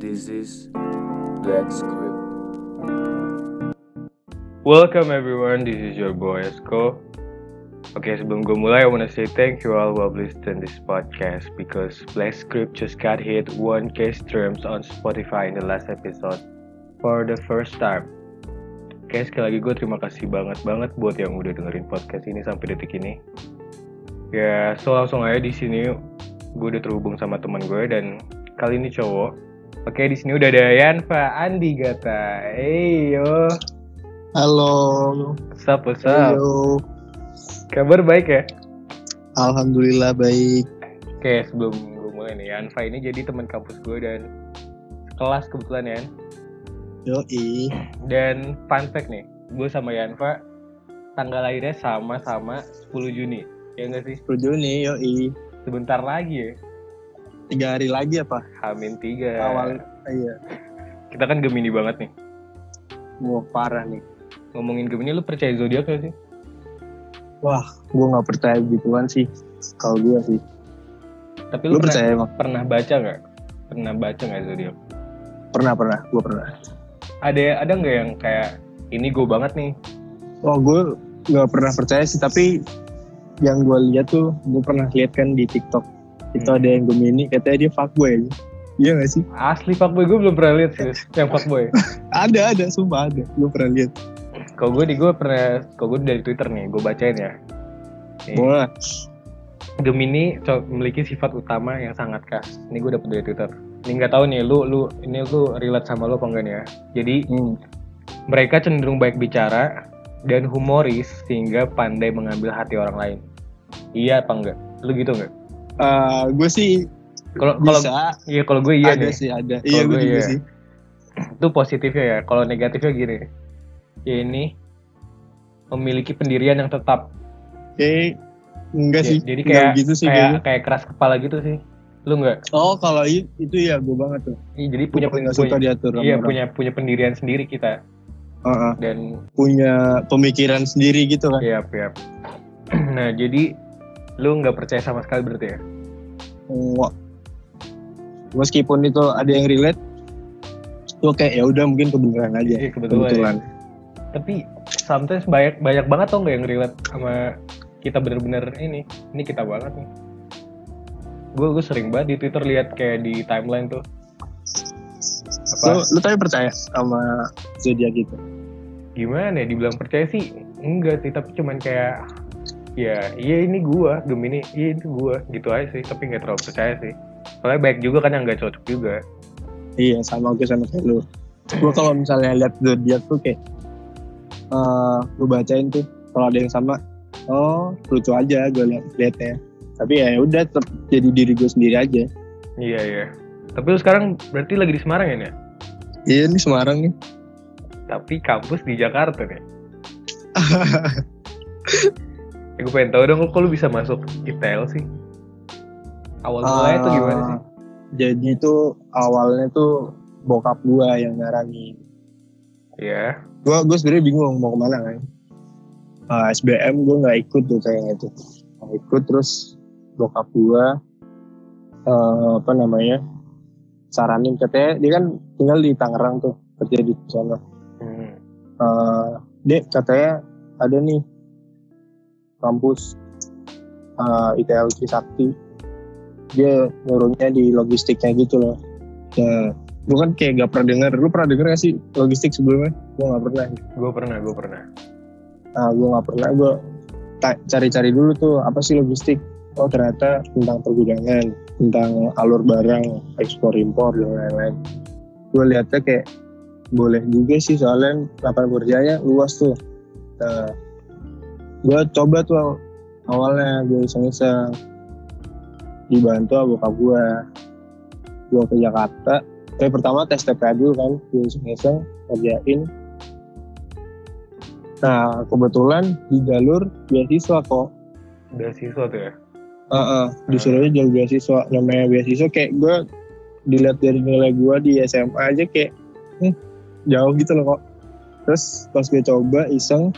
This is Black Script. Welcome everyone, this is your boy Esko. Oke, sebelum gue mulai, I wanna say thank you all who have listened this podcast because Black Script just got hit 1K streams on Spotify in the last episode for the first time. Oke, sekali lagi gue terima kasih banget buat yang udah dengerin podcast ini sampai detik ini. Ya, so langsung aja di sini gue udah terhubung sama teman gue dan kali ini cowok. Oke, di sini udah ada Yanfa Andi Gata. Hey yo. Halo. What's up? Halo. Kabar baik ya? Alhamdulillah baik. Oke, sebelum gue mulai nih, Yanfa ini jadi teman kampus gue dan kelas kebetulan ya. Yoi. Dan fun fact nih, gue sama Yanfa tanggal lahirnya sama-sama 10 Juni. Ya nggak sih? 10 Juni, yoi. Sebentar lagi ya. 3 hari lagi apa? H-3. Iya. Kita kan Gemini banget nih. Wah, parah nih. Ngomongin Gemini, lu percaya zodiak gak sih? Wah, gue gak percaya gituan sih. Kalau gue sih. Tapi lu percaya emang? Pernah baca gak? Pernah baca gak zodiak? Pernah. Gue pernah. Ada nggak yang kayak ini gue banget nih? Wah, gue gak pernah percaya sih. Tapi yang gue lihat tuh, gue pernah lihat kan di TikTok. Itu ada yang Gemini, katanya dia fuckboy. Iya gak sih? Asli fuckboy, gue belum pernah lihat sih yang fuckboy. Ada, sumpah ada. Gue pernah lihat. Kalau gue dari Twitter nih, gue bacain ya. Boleh. Gemini memiliki sifat utama yang sangat khas. Ini gue dapet dari Twitter. Ini nggak tahu nih, lu relate sama lu apa enggak nih ya? Jadi mereka cenderung baik bicara dan humoris sehingga pandai mengambil hati orang lain. Iya apa enggak? Lu gitu enggak? Gue sih kalau gue iya ada nih. sih ada. Kalo iya gue juga iya. sih. Itu positifnya ya. Kalau negatifnya gini. Ya ini memiliki pendirian yang tetap. Enggak sih. Jadi kayak gitu sih, kayak keras kepala gitu sih. Lu enggak? Oh, kalau itu ya gue banget tuh. Iya, jadi Nggak suka diatur sama iya, orang. punya pendirian sendiri kita. Dan punya pemikiran sendiri gitu kan. Iya. Nah, jadi lu nggak percaya sama sekali berarti ya? Wah. Meskipun itu ada yang relate, tuh kayak ya udah mungkin kebenaran aja. Iya, kebetulan. Ya. Tapi sometimes banyak banget tuh nggak yang relate sama kita bener-bener ini kita banget nih. Gue sering banget di Twitter lihat kayak di timeline tuh. Lu tapi percaya sama zodiak gitu? Gimana ya, dibilang percaya sih enggak sih, tapi cuman kayak ya iya ini gua Gemini, iya itu gua gitu aja sih, tapi nggak terlalu percaya sih. Soalnya baik juga kan yang nggak cocok juga. Iya, sama kayak lu. Gue kalau misalnya lihat zodiak tuh kayak gue bacain tuh kalau ada yang sama, lucu aja gue liatnya. Tapi ya udah tetap jadi diri gue sendiri aja. Iya. Tapi lu sekarang berarti lagi di Semarang ya, Nek? Iya, ini Semarang nih. Tapi kampus di Jakarta nih. Gue pengen tahu dong, kok lu bisa masuk ITL sih? Awal mulanya tuh gimana sih? Jadi tuh awalnya tuh bokap gue yang nyaranin. Iya. Gue sebenarnya bingung mau kemana kan. SBM gue nggak ikut tuh kayaknya tuh. Nggak ikut, terus bokap gue saranin, katanya dia kan tinggal di Tangerang tuh, kerja di sana. Dek, katanya ada nih kampus ITL Trisakti, dia nyuruhnya di logistiknya gitu loh. Nah, gue kan kayak gak pernah dengar. Lu pernah dengar gak sih logistik sebelumnya? Gue gak pernah. Gue pernah. Nah, gue gak pernah. Gue cari-cari dulu tuh apa sih logistik. Oh, ternyata tentang pergudangan, tentang alur barang, ekspor impor dan lain-lain. Gue lihatnya kayak boleh juga sih, soalnya lapangan kerjanya luas tuh. Nah, gue coba tuh awalnya, gue iseng-iseng dibantu sama bokap gue ke Jakarta. Pertama tes TPA dulu kan, gue iseng-iseng kerjain. Nah, kebetulan di jalur beasiswa kok. Beasiswa tuh ya? Disuruhnya jalur beasiswa. Namanya beasiswa kayak gue dilihat dari nilai gue di SMA aja kayak jauh gitu loh kok. Terus pas gue coba iseng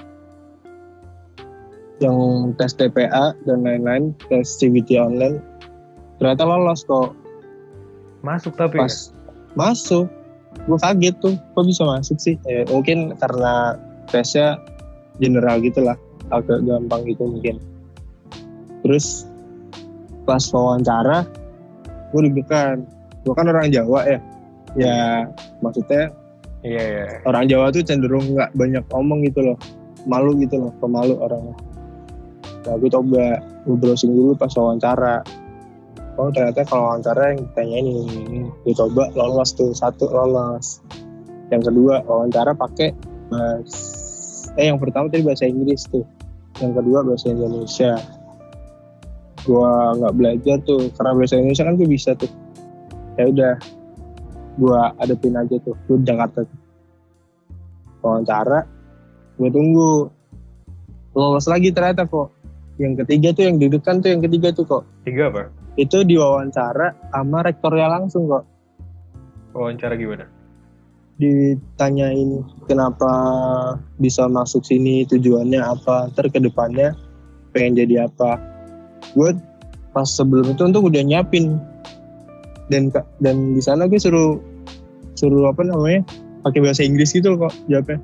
yang tes TPA dan lain-lain, tes CBT online, ternyata lolos kok. Masuk tapi pas masuk. Gue kaget tuh, kok bisa masuk sih? Mungkin karena tesnya general gitu lah, agak gampang gitu mungkin. Terus pas wawancara, gue deg-degan. Gue kan orang Jawa ya, ya maksudnya Iya. orang Jawa tuh cenderung nggak banyak ngomong gitu loh, malu gitu loh, pemalu orangnya. Nah gue coba, gue browsing dulu pas wawancara. Oh ternyata kalau wawancara yang ditanyain ini, gue coba lolos tuh, 1 lolos. Yang kedua wawancara pakai yang pertama tadi bahasa Inggris tuh, yang kedua bahasa Indonesia. Gue nggak belajar tuh karena bahasa Indonesia kan gue bisa tuh. Ya udah, gue adepin aja tuh, gue di Jakarta tuh. Wawancara, gue tunggu lolos lagi ternyata kok. Yang ketiga tuh yang deg-degan tuh, yang ketiga tuh kok. 3 apa? Itu diwawancara sama rektornya langsung kok. Wawancara gimana? Ditanyain kenapa bisa masuk sini, tujuannya apa, ntar ke depannya pengen jadi apa. Gue pas sebelum itu untuk udah nyiapin, dan di sana gue suruh apa namanya, pakai bahasa Inggris gitu loh kok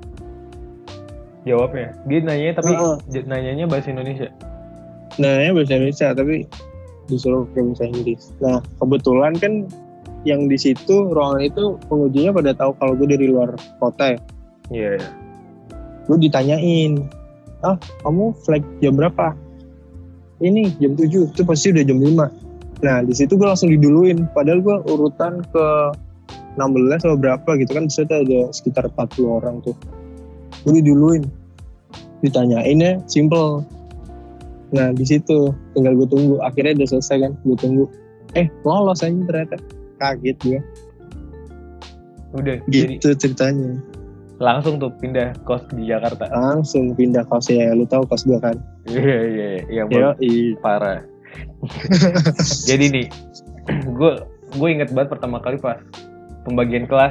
Jawabnya dia nanya tapi nanyanya bahasa Indonesia. Nah bahasa Indonesia tapi disuruh pakai bahasa Inggris. Nah kebetulan kan yang di situ ruangan itu pengujinya pada tahu kalau gue dari luar kota ya. Iya. Gue ditanyain, kamu flight jam berapa? Ini jam 7, itu pasti udah jam 5. Nah di situ gue langsung diduluin, padahal gue urutan ke 16 atau berapa gitu kan, di situ ada sekitar 40 orang tuh. Gue diduluin, ditanyainnya simple. Nah di situ tinggal gue tunggu, akhirnya udah selesai kan, gue tunggu. Lolos aja ternyata, kaget gue. Udah gitu ceritanya. Langsung tuh pindah kos di Jakarta. Langsung pindah kos ya, lu tahu kos gue kan? Iya, yang parah. Jadi nih, gue inget banget pertama kali pas pembagian kelas,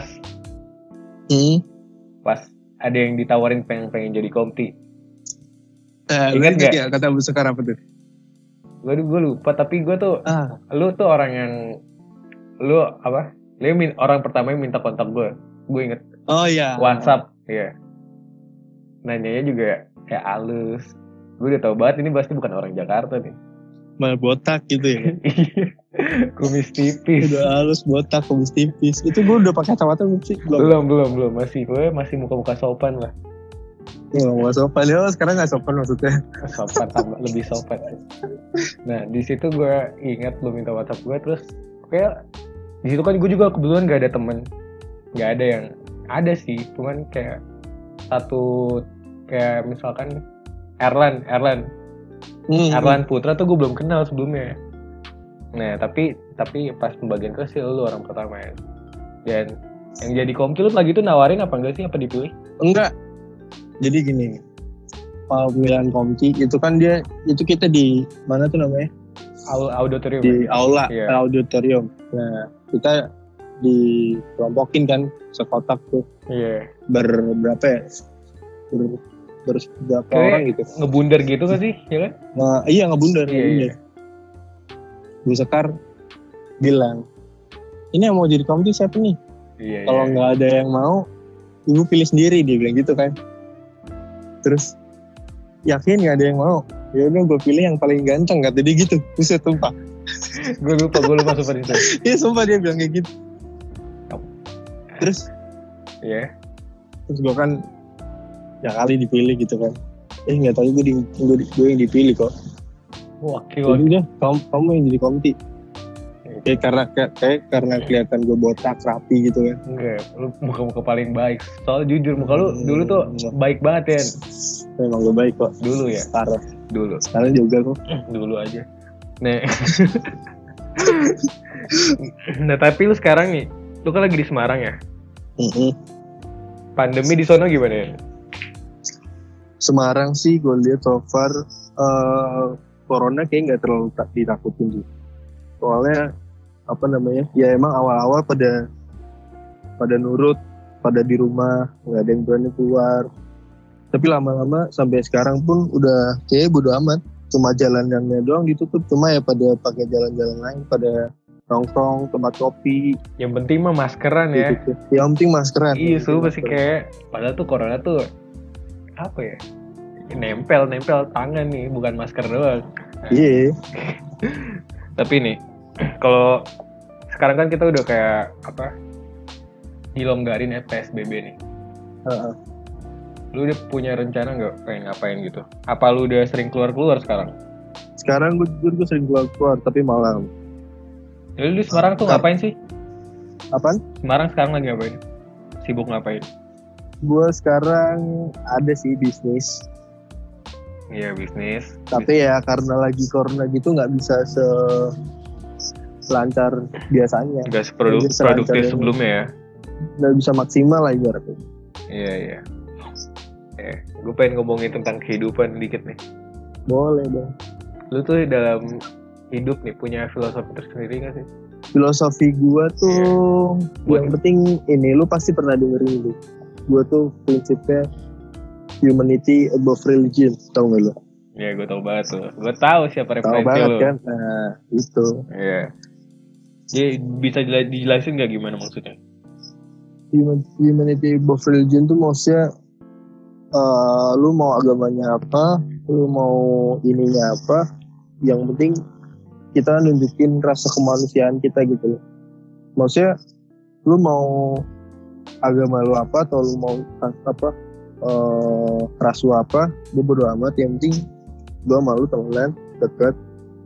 pas ada yang ditawarin pengen jadi komti. Ingat gak ya kata Bu Sekar apa tuh? Gue lupa, tapi gue tuh lu tuh orang yang lu orang pertama yang minta kontak gue inget. Oh iya, WhatsApp ya. Nanyanya juga kayak halus. Gue udah tau banget ini pasti bukan orang Jakarta nih. Malah botak gitu ya. Kumis tipis. Udah halus, botak, kumis tipis. Itu gue udah pakai kacamata belum sih? Belum. Masih muka-muka sopan lah. Nggak sopan ya, sekarang nggak sopan maksudnya. Sopan, lebih sopan. Nah di situ gue ingat lu minta WhatsApp gue, terus kayak di situ kan gue juga kebetulan nggak ada temen, nggak ada yang ada sih, cuman kayak satu, kayak misalkan Erlan Putra tuh gue belum kenal sebelumnya. Nah tapi pas pembagian kelas sih lu orang pertama ya. Dan yang jadi komti lu lagi tuh nawarin apa enggak sih, apa dipilih? Enggak. Jadi gini, pemilihan komti itu kan itu kita di mana tuh namanya? Auditorium. Di aula, yeah. Auditorium. Nah kita dikelompokin kan sekotak tuh. Iya. Berberapa ya? Berapa orang gitu. Ngebundar gitu kan sih, ya kan? Nah, iya ngebundar. Iya. Bu Sekar bilang, ini yang mau jadi komti siapa nih? Iya. Kalau nggak ada yang mau, ibu pilih sendiri, dia bilang gitu kan. Terus yakin nggak ada yang mau? Ya udah gue pilih yang paling ganteng, kata dia gitu. Buset, sumpah. gue lupa sumpah itu. Iya sumpah dia bilang kayak gitu. Terus Iya. Terus gue kan ya kali dipilih gitu kan. Nggak tahu gue yang dipilih kok. Wakil. Jadi kamu yang jadi komti. Kayak karena kelihatan gue botak rapi gitu kan. Enggak, lu muka paling baik. Soal jujur muka lu dulu tuh baik banget ya. Memang gue baik kok. Dulu ya. Parah. Dulu. Sekarang juga kok. Dulu aja. Nah tapi lu sekarang nih, lu kan lagi di Semarang ya. Pandemi di sono gimana ya? Semarang sih gue lihat so far corona kayak nggak terlalu ditakutin sih. Soalnya ya emang awal-awal pada nurut, pada di rumah, nggak ada yang berani keluar. Tapi lama-lama sampai sekarang pun udah kayak bodo amat. Cuma jalanannya doang ditutup, cuma ya pada pakai jalan-jalan lain, pada nongkrong tempat kopi Yang penting mah maskeran ya. gitu. Yang penting maskeran. Iya, pasti kayak padahal tuh corona tuh apa ya? Nempel tangan nih, bukan masker doang. Iya. Tapi nih, kalau sekarang kan kita udah kayak apa? Dilonggarin ya PSBB nih. Lu udah punya rencana nggak pengen ngapain gitu? Apa lu udah sering keluar sekarang? Sekarang gue sering keluar tapi malam. Jadi lu di Semarang tuh ngapain sih? Apaan? Semarang sekarang lagi ngapain? Sibuk ngapain? Gue sekarang ada sih bisnis. Iya, bisnis. Tapi ya karena lagi corona gitu nggak bisa selancar biasanya. Nggak produktif sebelumnya ya? Nggak bisa maksimal lah ibaratnya. Iya. Gue pengen ngomongin tentang kehidupan dikit nih. Boleh dong. Lu tuh dalam hidup nih punya filosofi tersendiri nggak sih? Filosofi gue tuh yang penting ini, lu pasti pernah dengerin itu. Gue tuh prinsipnya humanity above religion, tau gak lu? Ya, gue tau banget tuh. Gue tahu siapa Tau referensi banget lu. kan? Nah, itu. Iya. Jadi bisa dijelasin nggak gimana maksudnya? Humanity above religion tuh maksudnya lu mau agamanya apa, lu mau ininya apa, yang penting kita nunjukin rasa kemanusiaan kita gitu loh. Maksudnya lu mau agama lu apa atau lu mau apa ras lu apa, gue bodo amat, yang penting gue sama lu temenan deket,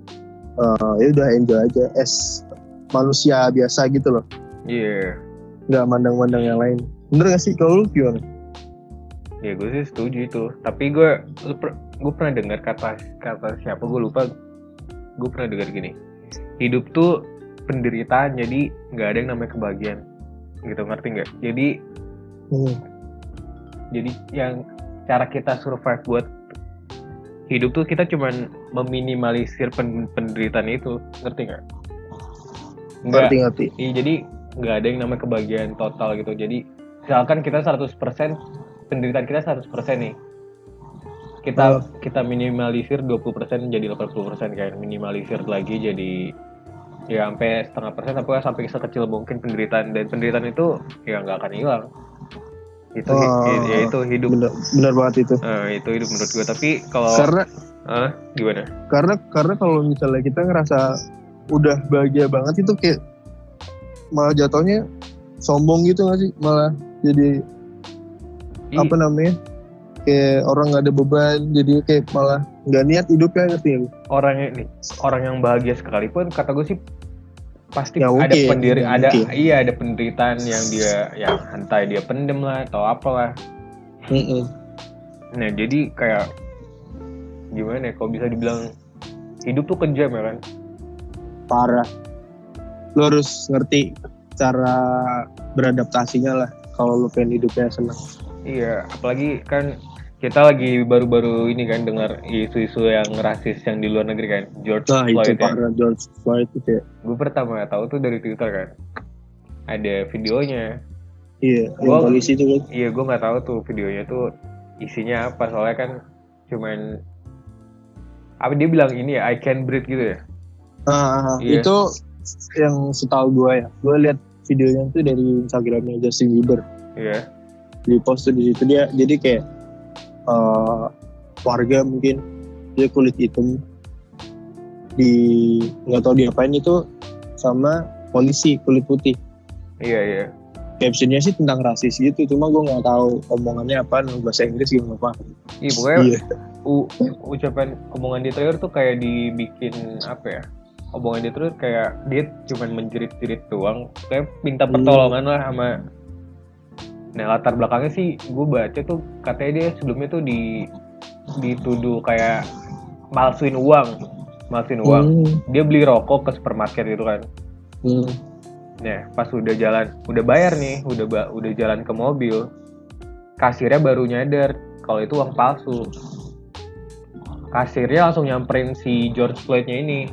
ya udah enjoy aja as manusia biasa gitu loh. Iya. Nggak mandang-mandang yang lain. Bener gak sih kalau lu gimana? Ya gue sih setuju itu. Tapi gue pernah dengar kata siapa gue lupa. Gue pernah dengar gini. Hidup tuh penderitaan, jadi nggak ada yang namanya kebahagiaan. Gitu, ngerti nggak? Jadi yang cara kita survive buat hidup tuh kita cuman meminimalisir penderitaan itu, ngerti nggak? Ngerti. Iya, jadi nggak ada yang namanya kebahagiaan total gitu. Jadi misalkan kita 100%, penderitaan kita 100% nih. Kita minimalisir 20% jadi 80%, kayak minimalisir lagi jadi ya sampai 0,5%, sampai sekecil mungkin penderitaan, dan penderitaan itu ya nggak akan hilang. Itu itu hidup. Bener banget itu. Itu hidup menurut gue. Tapi kalau gimana? Karena kalau misalnya kita ngerasa udah bahagia banget itu kayak malah jatuhnya sombong gitu nggak sih? Malah jadi apa namanya? Kayak orang nggak ada beban, jadi kayak malah nggak niat hidupnya, ngerti ya? Orang yang bahagia sekalipun, kata gue sih pasti ya, ada penderitaan yang entah dia pendem lah atau apalah. Nah, jadi kayak gimana ya, kalau bisa dibilang hidup tuh kejam ya kan? Parah. Lo harus ngerti cara beradaptasinya lah kalau lo pengen hidupnya senang. Iya, apalagi kan kita lagi baru-baru ini kan dengar isu-isu yang rasis yang di luar negeri kan, George Floyd. George Floyd itu ya. Gue pertama tahu tuh dari Twitter kan, ada videonya. Iya, yang polisi itu kan. Iya, gue nggak tahu tuh videonya tuh isinya apa, soalnya kan cuman apa dia bilang ini ya, I can breathe gitu ya. Iya. Itu yang setahu gue ya. Gue lihat videonya tuh dari Instagramnya Justin Bieber. Iya. Di post tuh di situ dia, jadi kayak warga mungkin dia kulit hitam nggak tahu diapain itu sama polisi kulit putih. Iya. Captionnya sih tentang rasis gitu, cuma gue nggak tahu omongannya apa, bahasa Inggris gimana apa. Iya, pokoknya ucapan omongan dia terakhir tuh kayak dibikin apa ya? Omongan dia terus kayak dia cuma menjerit-jerit doang, kayak minta pertolongan lah sama. Nah, latar belakangnya sih gue baca tuh katanya dia sebelumnya tuh dituduh kayak malsuin uang. Dia beli rokok ke supermarket gitu kan. Nah, pas udah bayar nih, udah jalan ke mobil, kasirnya baru nyadar kalau itu uang palsu. Kasirnya langsung nyamperin si George Floyd-nya ini.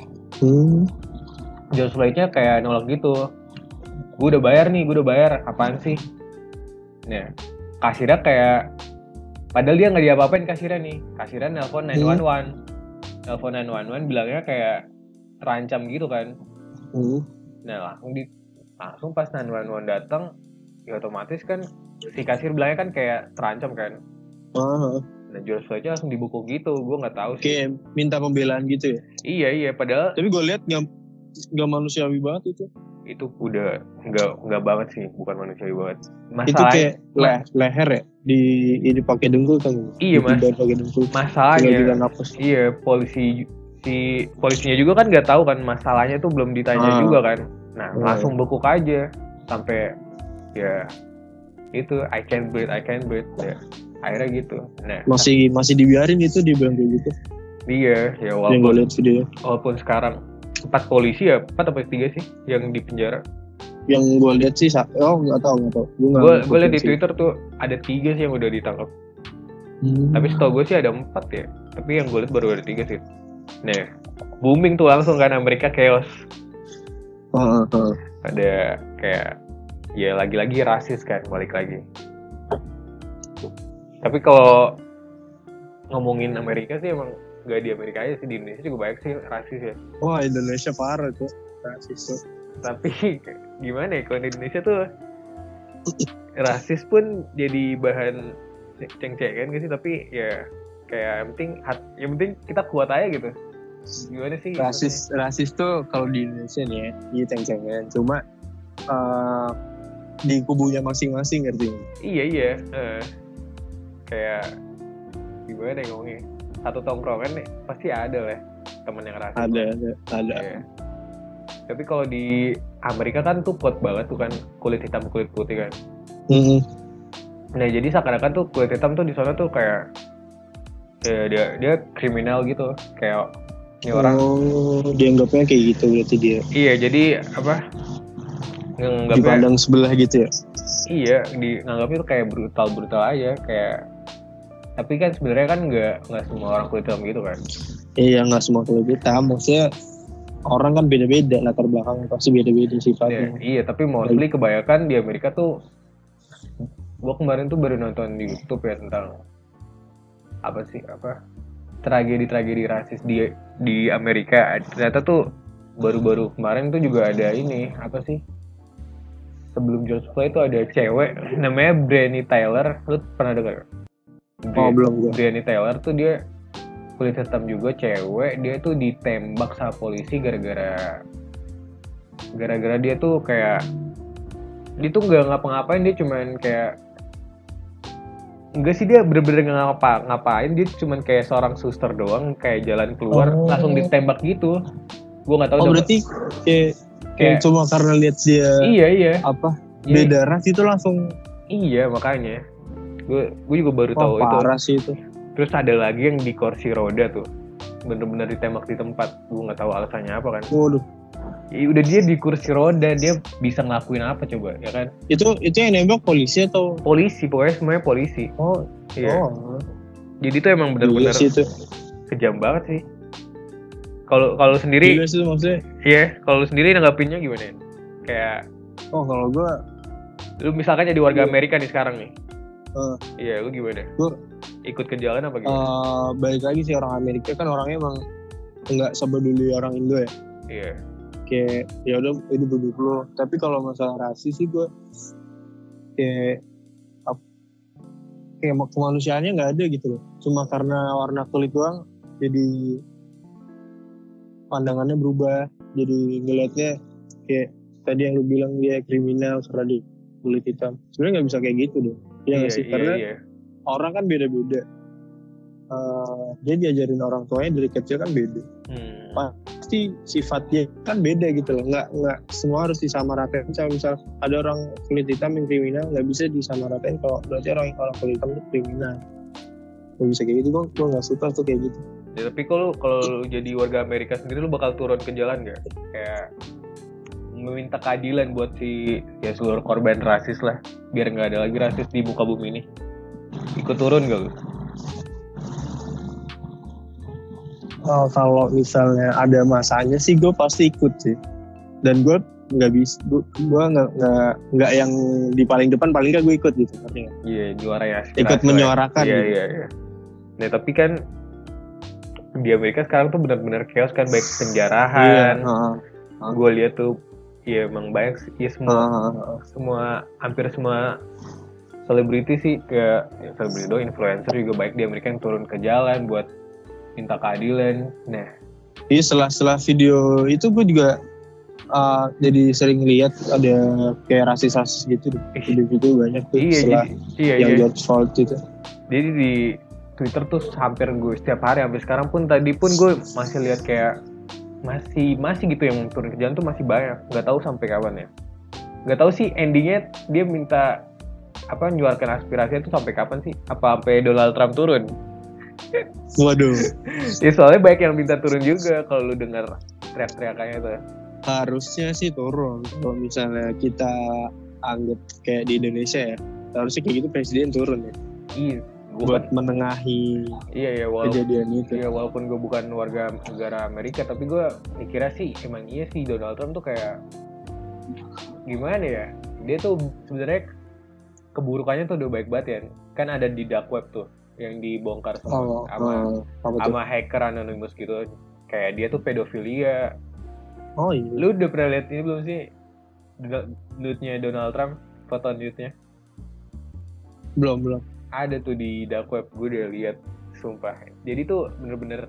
George Floyd-nya kayak nolak gitu. Gue udah bayar, apaan sih? Nah, kasirnya kayak, padahal dia nggak diapa-apain kasirnya nih. Kasirnya nelpon 911 bilangnya kayak terancam gitu kan. Nah langsung pas 911 datang, ya otomatis kan si kasir bilangnya kan kayak terancam kan. Nah George Floyd langsung dibukul gitu, gue nggak tahu sih. Kayak minta pembelaan gitu ya. Iya padahal. Tapi gue lihat nggak manusiawi banget itu. Itu udah nggak banget sih, bukan manusiawi banget. Masalah itu kayak leher ya, ini pakai dengkul kan. Iya mas. Masalahnya. Iya polisinya juga kan nggak tahu kan, masalahnya tuh belum ditanya juga kan. Nah langsung bekuk aja sampai ya itu I can't breathe ya. Akhirnya gitu. Nah masih dibiarin itu, dibilang kayak gitu. Iya ya walaupun sekarang 4 polisi ya, 4 atau 3 sih yang di penjara. Yang gue lihat sih nggak tahu. Gue lihat di Twitter tuh ada 3 sih yang udah ditangkap. Tapi setahu gue sih ada 4 ya. Tapi yang gue lihat baru ada 3 sih. Nah booming tuh langsung kan, Amerika chaos. Ada kayak ya lagi-lagi rasis kan, balik lagi. Tapi kalau ngomongin Amerika sih emang gak di Amerika aja sih, di Indonesia juga banyak sih rasis ya. Wah Indonesia parah tuh rasis tuh. Tapi gimana ya, kalau di Indonesia tuh rasis pun jadi bahan ceng-cengan gitu sih. Tapi ya kayak yang penting kita kuat aja gitu. Gimana sih? Rasis tuh kalau di Indonesia nih ya, iya ceng-cengan. Cuma di kubunya masing-masing ngerti? Iya. Kayak gimana ya ngomongnya? Satu tongkrongan nih pasti ada lah temen yang rasis. Ada. Ya. Tapi kalau di Amerika kan tuh kuat banget tuh kan, kulit hitam kulit putih kan. Nah jadi seakan-akan tuh kulit hitam tuh di sana tuh kayak ya dia kriminal gitu, kayak ini orang. Dianggapnya kayak gitu berarti dia. Iya jadi apa? Dipandang sebelah gitu ya. Iya, nganggapnya tuh kayak brutal aja, kayak. Tapi kan sebenarnya kan nggak semua orang kulit hitam gitu kan. Iya, nggak semua kulit hitam. Maksudnya orang kan beda-beda, latar belakang pasti beda-beda sifatnya. Iya, tapi mostly kebanyakan di Amerika tuh. Gua kemarin tuh baru nonton di YouTube ya tentang tragedi rasis di Amerika. Ternyata tuh baru-baru kemarin tuh juga ada ini sebelum George Floyd tuh ada cewek namanya Breonna Taylor. Lu pernah dengar? Belum gue. Breonna Taylor tuh dia kulit hitam juga, cewek. Dia tuh ditembak sama polisi gara-gara dia tuh kayak dia tuh nggak ngapa-ngapain, dia cuman kayak enggak sih, dia bener-bener nggak ngapain, dia cuman kayak seorang suster doang, kayak jalan keluar langsung ditembak gitu. Gue nggak tahu. Berarti kayak cuma karena lihat dia beda ras itu langsung. Iya makanya gue juga baru tahu itu. Parah sih itu. Terus ada lagi yang di kursi roda tuh bener-bener ditembak di tempat. Gue nggak tahu alasannya apa kan. Waduh. Ya, udah dia di kursi roda, dia bisa ngelakuin apa coba ya kan? Itu yang nembak polisi atau? Polisi, pokoknya semuanya polisi. Iya. Jadi itu emang benar-benar kejam banget sih. Kalau sendiri. Gila sih maksudnya. Iya, kalau sendiri nanggapinnya gimana? Kayak. Kalau gue. Lu misalkan jadi warga Amerika nih sekarang nih. Iya, lu gimana? Gue ikut ke jalan apa gimana? Balik lagi sih, orang Amerika kan orangnya emang nggak sebeduli orang Indo ya. Iya. Kayak ya udah itu duduk lo. Tapi kalau masalah rasis sih gue kayak kemanusiaannya nggak ada gitu loh. Cuma karena warna kulit doang jadi pandangannya berubah. Jadi ngelihatnya kayak tadi yang lu bilang dia kriminal karena di kulit hitam. Sebenarnya nggak bisa kayak gitu deh. Iya nggak sih? Karena orang kan beda-beda. Dia diajarin orang tuanya dari kecil kan beda. Pasti sifatnya kan beda gitu loh. Nggak semua harus disamaratain. Misal ada orang kulit hitam yang kriminal, nggak bisa disamaratain kalau berarti orang kulit hitam itu kriminal. Nggak bisa kayak gitu. Gue nggak suka tuh kayak gitu. Ya, tapi kalau lu jadi warga Amerika sendiri, lu bakal turun ke jalan nggak? Kayak meminta keadilan buat seluruh korban rasis lah, biar nggak ada lagi rasis di muka bumi ini. Ikut turun nggak lu? Kalau misalnya ada masanya sih gue pasti ikut sih. Dan gue nggak bisa, gue nggak yang di paling depan, paling nggak gue ikut gitu. Iya, juara ya. Ikut menyuarakan. Iya. Nah tapi kan di Amerika sekarang tuh benar-benar chaos kan, baik penjarahan, gue lihat tuh ya emang banyak sih, ya hampir semua selebriti sih, kayak selebriti doang, influencer juga baik di Amerika yang turun ke jalan buat minta keadilan. Nah, Iya, setelah video itu gue juga jadi sering lihat ada kayak rasis gitu deh. Video banyak tuh setelah yang George Floyd itu. Jadi di Twitter tuh hampir gue setiap hari, sampai sekarang pun, tadi pun gue masih lihat kayak masih gitu yang turun ke jalan tuh masih banyak. Nggak tahu sampai kapan ya. Nggak tahu sih endingnya dia minta menyuarakan aspirasinya tuh sampai kapan sih? Apa sampai Donald Trump turun? Waduh. Ya soalnya banyak yang minta turun juga kalau lu dengar teriak-teriakannya tuh. Harusnya sih turun. Kalau misalnya kita anggap kayak di Indonesia ya, harusnya kayak gitu presiden turun ya. Iya. Buat menengahi kejadian itu. Iya, walaupun gue bukan warga negara Amerika, tapi gue mikirnya sih emang iya sih Donald Trump tuh kayak gimana ya? Dia tuh sebenarnya keburukannya tuh udah baik banget ya. Kan ada di dark web tuh yang dibongkar sama hacker anonymous gitu. Kayak dia tuh pedofilia. Oh iya. Lu udah pernah lihat ini belum sih? Nude-nya Donald Trump, foto nude-nya? Belum. Ada tuh di dark web, gue udah lihat, sumpah. Jadi tuh bener-bener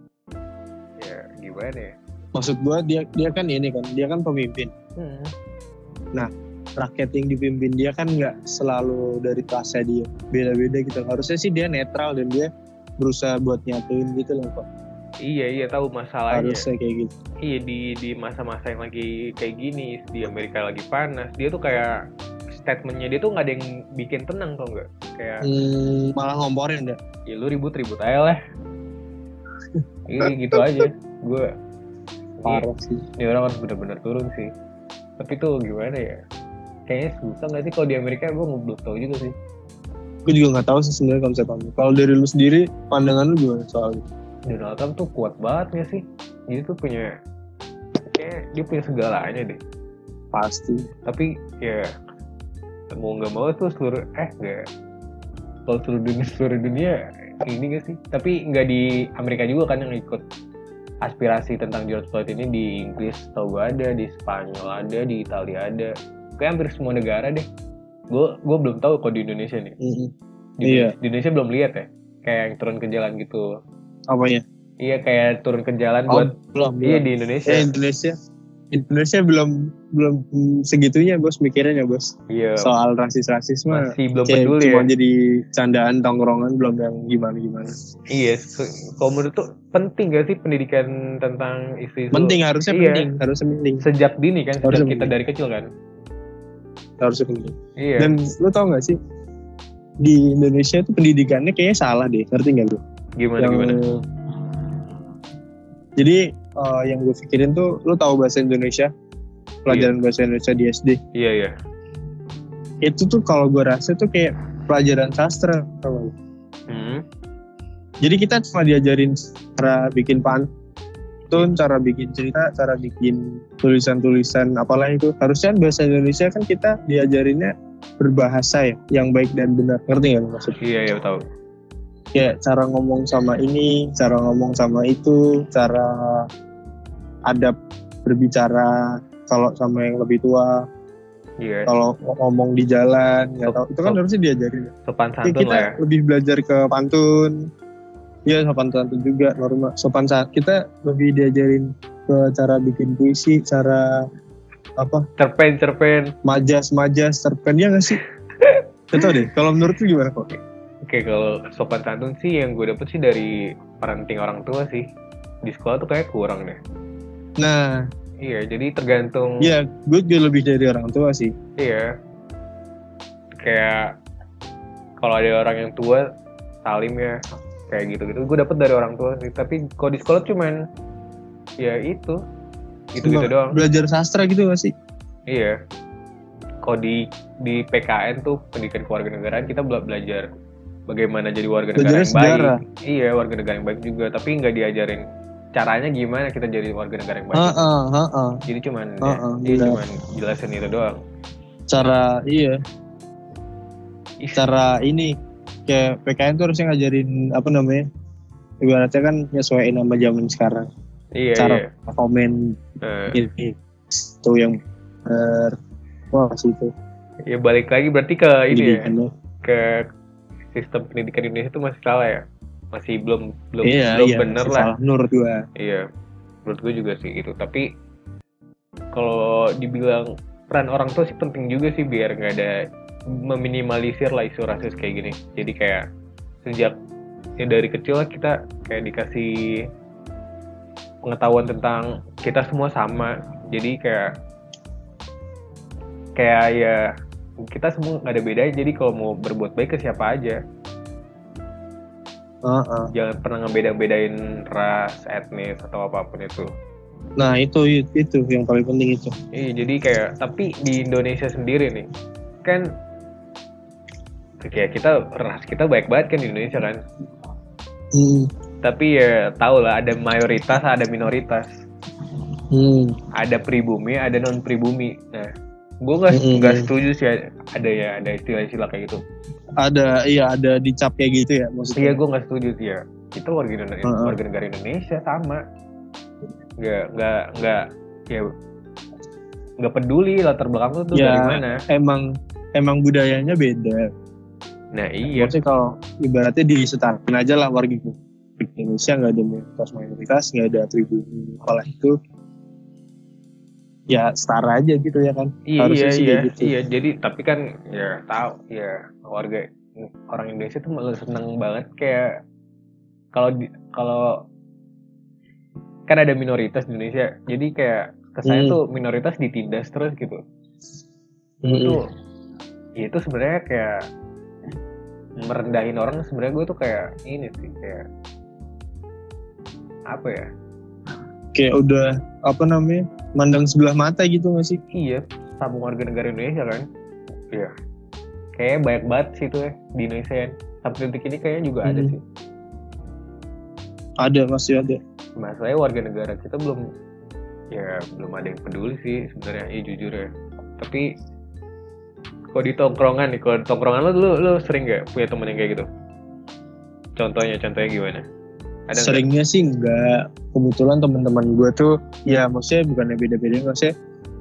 ya gimana ya? Maksud gue dia kan ini kan, dia kan pemimpin. Nah, rakyat yang dipimpin dia kan nggak selalu dari kelasnya dia, beda-beda gitu. Harusnya sih dia netral dan dia berusaha buat nyatuin gitu loh kok. Iya tahu masalahnya. Harusnya kayak gitu. Iya, di masa-masa yang lagi kayak gini, di Amerika lagi panas, dia tuh kayak statementnya dia tuh nggak ada yang bikin tenang, tau nggak? Kayak malah ngomporin dah. Ya lu ribut aja lah. Ini gitu aja. Gue parah sih. Ini orang harus benar-benar turun sih. Tapi tuh gimana ya? Kayaknya susah nggak sih kalau di Amerika? Gue belum tahu juga sih. Gue juga nggak tahu sih sebenarnya konsepnya. Kalau dari lu sendiri, pandangan lu gimana soal itu? Donald Trump tuh kuat banget nggak sih? Dia tuh kayak dia punya segalanya deh. Pasti. Tapi ya mau nggak mau tuh kalau seluruh dunia ini nggak sih? Tapi nggak di Amerika juga kan yang ikut aspirasi tentang George Floyd ini. Di Inggris tau gue ada, di Spanyol ada, di Italia ada. Kayak hampir semua negara deh. Gue belum tahu kok di Indonesia nih. Di Indonesia belum lihat ya. Kayak yang turun ke jalan gitu. Apanya? Iya, kayak turun ke jalan buat. Iya, di Indonesia. Indonesia belum segitunya bos mikirnya bos. Iya. Soal rasisme masih belum peduli cuma ya. Jadi candaan tongkrongan, belum yang gimana. Iya, kalau menurut tuh penting gak sih pendidikan tentang isu-isu? Penting, harusnya penting. Sejak dini kan, sejak kita dari kecil kan. Harusnya penting. Iya. Dan lu tau gak sih, di Indonesia tuh pendidikannya kayaknya salah deh, ngerti gak lu? Gimana? Jadi yang gue pikirin tuh, lu tahu bahasa Indonesia, pelajaran bahasa Indonesia di SD. Iya. Itu tuh kalau gue rasa tuh kayak pelajaran sastra, tau gak? Jadi kita cuma diajarin cara bikin pantun, cara bikin cerita, cara bikin tulisan-tulisan apalah itu. Harusnya bahasa Indonesia kan kita diajarinnya berbahasa ya, yang baik dan benar. Ngerti gak lu maksudnya? Iya, tahu. Kayak cara ngomong sama ini, cara ngomong sama itu, cara adab berbicara kalau sama yang lebih tua. Iya. Kalau ngomong di jalan, nggak tahu. Itu kan harusnya diajarin. Sopan santun kita lah ya. Lebih belajar ke pantun. Iya, sopan santun juga normal. Sopan santun kita lebih diajarin ke cara bikin puisi, cara apa? Cerpen. Majas, cerpen, ya nggak sih? Gak tau deh. Kalau menurut lu gimana kok? Oke, kalau sopan santun sih yang gue dapet sih dari parenting orang tua sih. Di sekolah tuh kayak kurang deh. Nah, iya, jadi tergantung. Iya, gue juga lebih dari orang tua sih. Iya. Kayak kalau ada orang yang tua, salim ya, kayak gitu-gitu. Gue dapet dari orang tua sih. Tapi kalau di sekolah cuman ya itu gitu doang. Belajar sastra gitu gak sih? Iya. Kalau di PKN tuh pendidikan kewarganegaraan, kita belajar bagaimana jadi warga negara yang baik. Iya, warga negara yang baik juga. Tapi nggak diajarin caranya gimana kita jadi warga negara yang baik. Jadi cuman jelasin itu doang. Cara ini kayak PKN tuh harusnya ngajarin apa namanya? Ibaratnya kan nyesuaiin sama zaman sekarang. Iya, cara iya. komen ini itu yang wah sih itu Ya balik lagi berarti ke ini ya, pendidikannya. ke sistem pendidikan Indonesia itu masih salah ya, masih belum Iya, bener masih lah. salah menurut gua. Iya, menurut gue juga sih gitu. Tapi kalau dibilang peran orang tua sih penting juga sih, biar nggak ada, meminimalisir lah isu rasis kayak gini. Jadi kayak sejak ya dari kecil lah kita kayak dikasih pengetahuan tentang kita semua sama. Jadi kayak ya kita semua nggak ada bedanya. Jadi kalau mau berbuat baik ke siapa aja, jangan pernah ngebeda-bedain ras, etnis atau apapun itu. Nah itu yang paling penting itu. Iya, jadi kayak tapi di Indonesia sendiri nih kan kayak ras kita baik banget kan di Indonesia kan. Tapi ya tau lah, ada mayoritas, ada minoritas. Ada pribumi, ada non pribumi. Nah, gue nggak setuju sih ada istilah-istilah kayak gitu. Ada dicap kayak gitu ya maksudnya. Iya, gue nggak setuju sih ya. Kita warga negara Indonesia sama. Nggak peduli latar belakang tuh ya, dari mana. Emang budayanya beda. Nah iya. Maksudnya kalau ibaratnya disetarain aja lah warga Indonesia, nggak ada mayoritas, nggak ada pribumi apalah itu. Ya setara aja gitu ya kan. Harusnya gitu. Iya, jadi tapi kan ya tahu ya warga orang Indonesia tuh malah seneng banget kayak kalau kan ada minoritas di Indonesia, jadi kayak kesannya tuh minoritas ditindas terus gitu. Itu sebenarnya kayak merendahin orang. Sebenarnya gue tuh kayak ini sih, kayak apa ya? Kayak udah mandang sebelah mata gitu nggak sih? Iya, sama warga negara Indonesia kan. Iya. Kayaknya banyak banget sih itu ya di Indonesia kan. Sampai detik ini kayaknya juga ada sih. Masih ada. Masalahnya warga negara kita belum ada yang peduli sih sebenarnya, jujur ya. Tapi kalau di tongkrongan lu sering gak punya temen yang kayak gitu? Contohnya gimana? Ada seringnya gak? Sih enggak. Kebetulan teman-teman gue tuh ya maksudnya bukannya beda-beda, maksudnya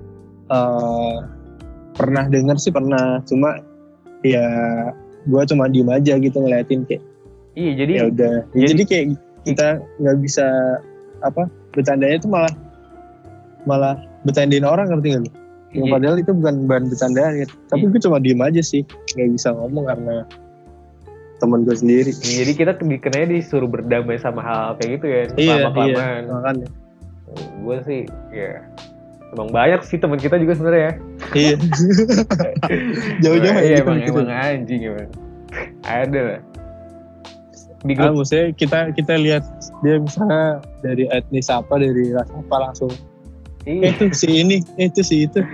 pernah dengar sih, cuma ya gue cuma diem aja gitu ngeliatin kayak. Iya, jadi ya udah. Jadi kayak kita nggak bisa bercandanya tuh malah bercandain orang, ngerti nggak lu? Iya. Padahal itu bukan bahan bercandaan gitu. Tapi gue cuma diem aja sih, nggak bisa ngomong karena temen gue sendiri. Jadi kita dikenanya disuruh berdamai sama hal kayak gitu ya, lama-kelamaan. Iya, makanya. Gue sih ya emang banyak sih teman kita juga sebenarnya ya. Iya. Jauh-jauh iya, gitu, emang anjing emang. Ada lah. Di grup maksudnya kita lihat dia misalnya dari etnis apa, dari ras apa, langsung itu si ini, itu si itu.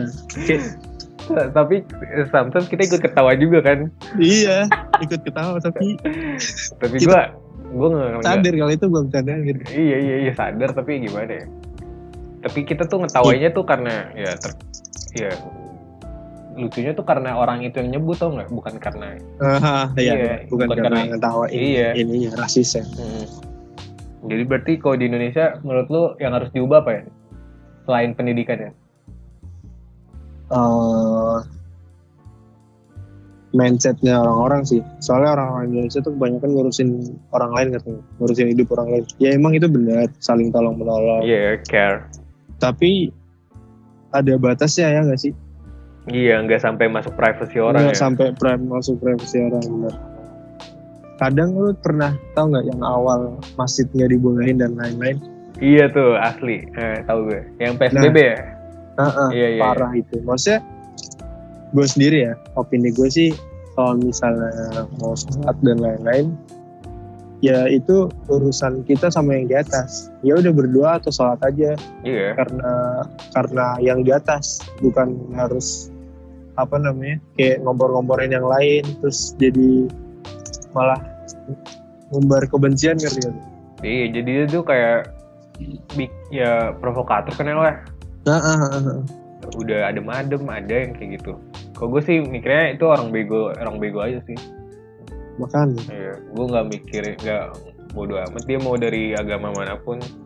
Tapi sometimes kita ikut ketawa juga kan. Iya, ikut ketawa tapi gue nggak sadar kalau itu belum sadar gitu. Iya sadar, tapi gimana ya? Tapi kita tuh ngetawainnya tuh karena lucunya tuh karena orang itu yang nyebut, tau nggak? Bukan karena bukan karena ngetawain ininya rasis ya. Jadi berarti kalau di Indonesia menurut lu yang harus diubah apa ya selain pendidikan ya? Mindsetnya orang-orang sih. Soalnya orang-orang Indonesia tuh kebanyakan ngurusin orang lain katanya, ngurusin hidup orang lain. Ya emang itu benar, saling tolong menolong. Iya, care. Tapi ada batasnya ya nggak sih? Iya, nggak sampai masuk privasi orang. Nggak sampai masuk privasi orang, benar. Kadang lu pernah tahu nggak yang awal masjid nggak dibolehin dan lain-lain? Iya tuh asli, tahu gue. Yang PSBB ya? Iya. Parah itu. Maksudnya gue sendiri ya, opini gue sih kalau misalnya mau sholat dan lain-lain, ya itu urusan kita sama yang di atas. Ya udah berdoa atau sholat aja. Iya. Karena yang di atas, bukan harus kayak ngompor-ngomporin yang lain terus jadi malah ngumbar kebencian kan. Iya, jadi itu kayak ya provokator kan lah. Udah adem ada yang kayak gitu. Kalau gue sih mikirnya itu orang bego aja sih. Makanya. Iya, gue nggak bodo amat dia mau dari agama manapun.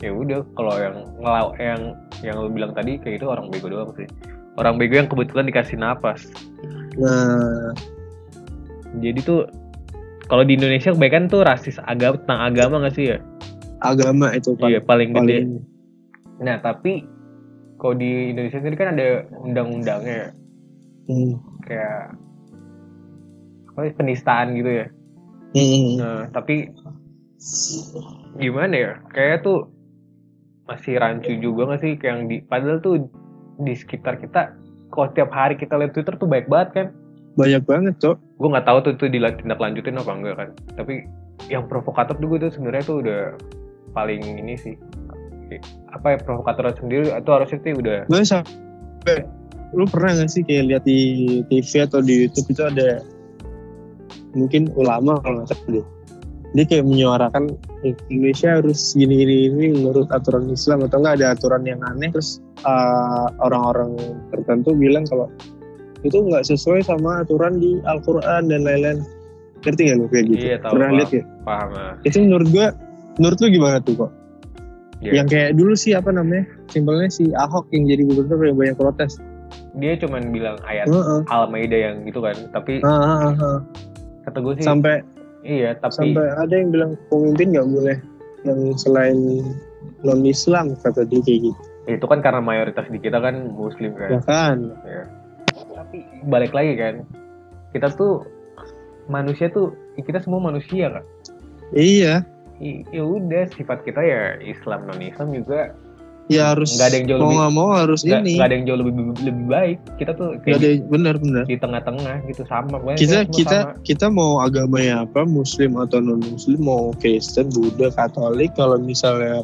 ya udah kalau yang lu bilang tadi kayak itu orang bego doang sih. Orang bego yang kebetulan dikasih napas. Nah, Jadi tuh kalau di Indonesia kebanyakan tuh rasis tentang agama nggak sih ya? agama itu Iya paling gede. paling Nah tapi kalau di Indonesia sendiri kan ada undang-undangnya kayak apa sih, penistaan gitu ya. Nah tapi gimana ya? Kayak tuh masih rancu juga nggak sih? Kayak yang padahal tuh di sekitar kita, kalau tiap hari kita lihat Twitter tuh baik banget kan? banyak banget, Cok. Gue nggak tahu tuh ditindak lanjutin apa enggak kan? Tapi yang provokator tuh gue tuh sebenarnya tuh udah paling ini sih. Apa ya, provokator sendiri itu harusnya tuh udah. Gue sampai, lu pernah gak sih kayak lihat di TV atau di YouTube itu ada mungkin ulama kalau nggak salah deh, dia kayak menyuarakan Indonesia harus gini menurut aturan Islam, atau enggak ada aturan yang aneh, terus orang-orang tertentu bilang kalau itu nggak sesuai sama aturan di Al-Quran dan lain-lain. Ngerti gak lu kayak gitu? Iya, tahu, pernah lihat ya? Paham lah. Itu menurut lu gimana tuh kok? Yeah. Yang kayak dulu sih apa namanya, simpelnya si Ahok yang jadi gubernur yang banyak protes. Dia cuman bilang ayat Al-Maidah yang gitu kan, tapi kata gue sih sampai ada yang bilang pemimpin nggak boleh yang selain non Islam, kata dia kayak gitu. Itu kan karena mayoritas di kita kan Muslim kan. Ya kan. Ya. Tapi balik lagi kan, kita tuh manusia tuh, kita semua manusia kan. Iya. Ya udah, sifat kita ya Islam non Islam juga. Ya harus. Nggak ada yang jauh mau lebih. Nggak mau harus ini. Nggak ada yang jauh lebih baik. Kita tuh kayak benar. Di tengah-tengah gitu sama. Kita mau agamanya apa, Muslim atau non Muslim, mau Kristen, Buddha, Katolik, kalau misalnya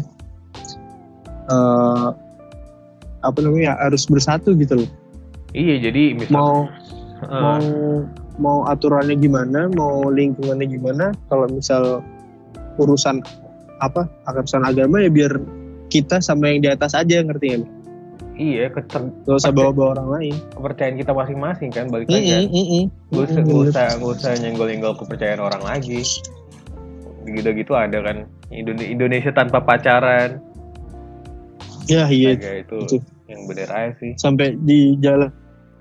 harus bersatu gitu loh. Iya, jadi misal mau aturannya gimana, mau lingkungannya gimana, kalau misal urusan agama ya biar kita sama yang di atas aja, ngerti kan? Iya, gak usah bawa-bawa orang lain. Kepercayaan kita masing-masing kan, balik lagi kan. Gak usah nyenggol-nyenggol kepercayaan orang lagi. Gitu-gitu ada kan, Indonesia tanpa pacaran. Ya iya. Itu yang bener aja sih. Sampai di jalan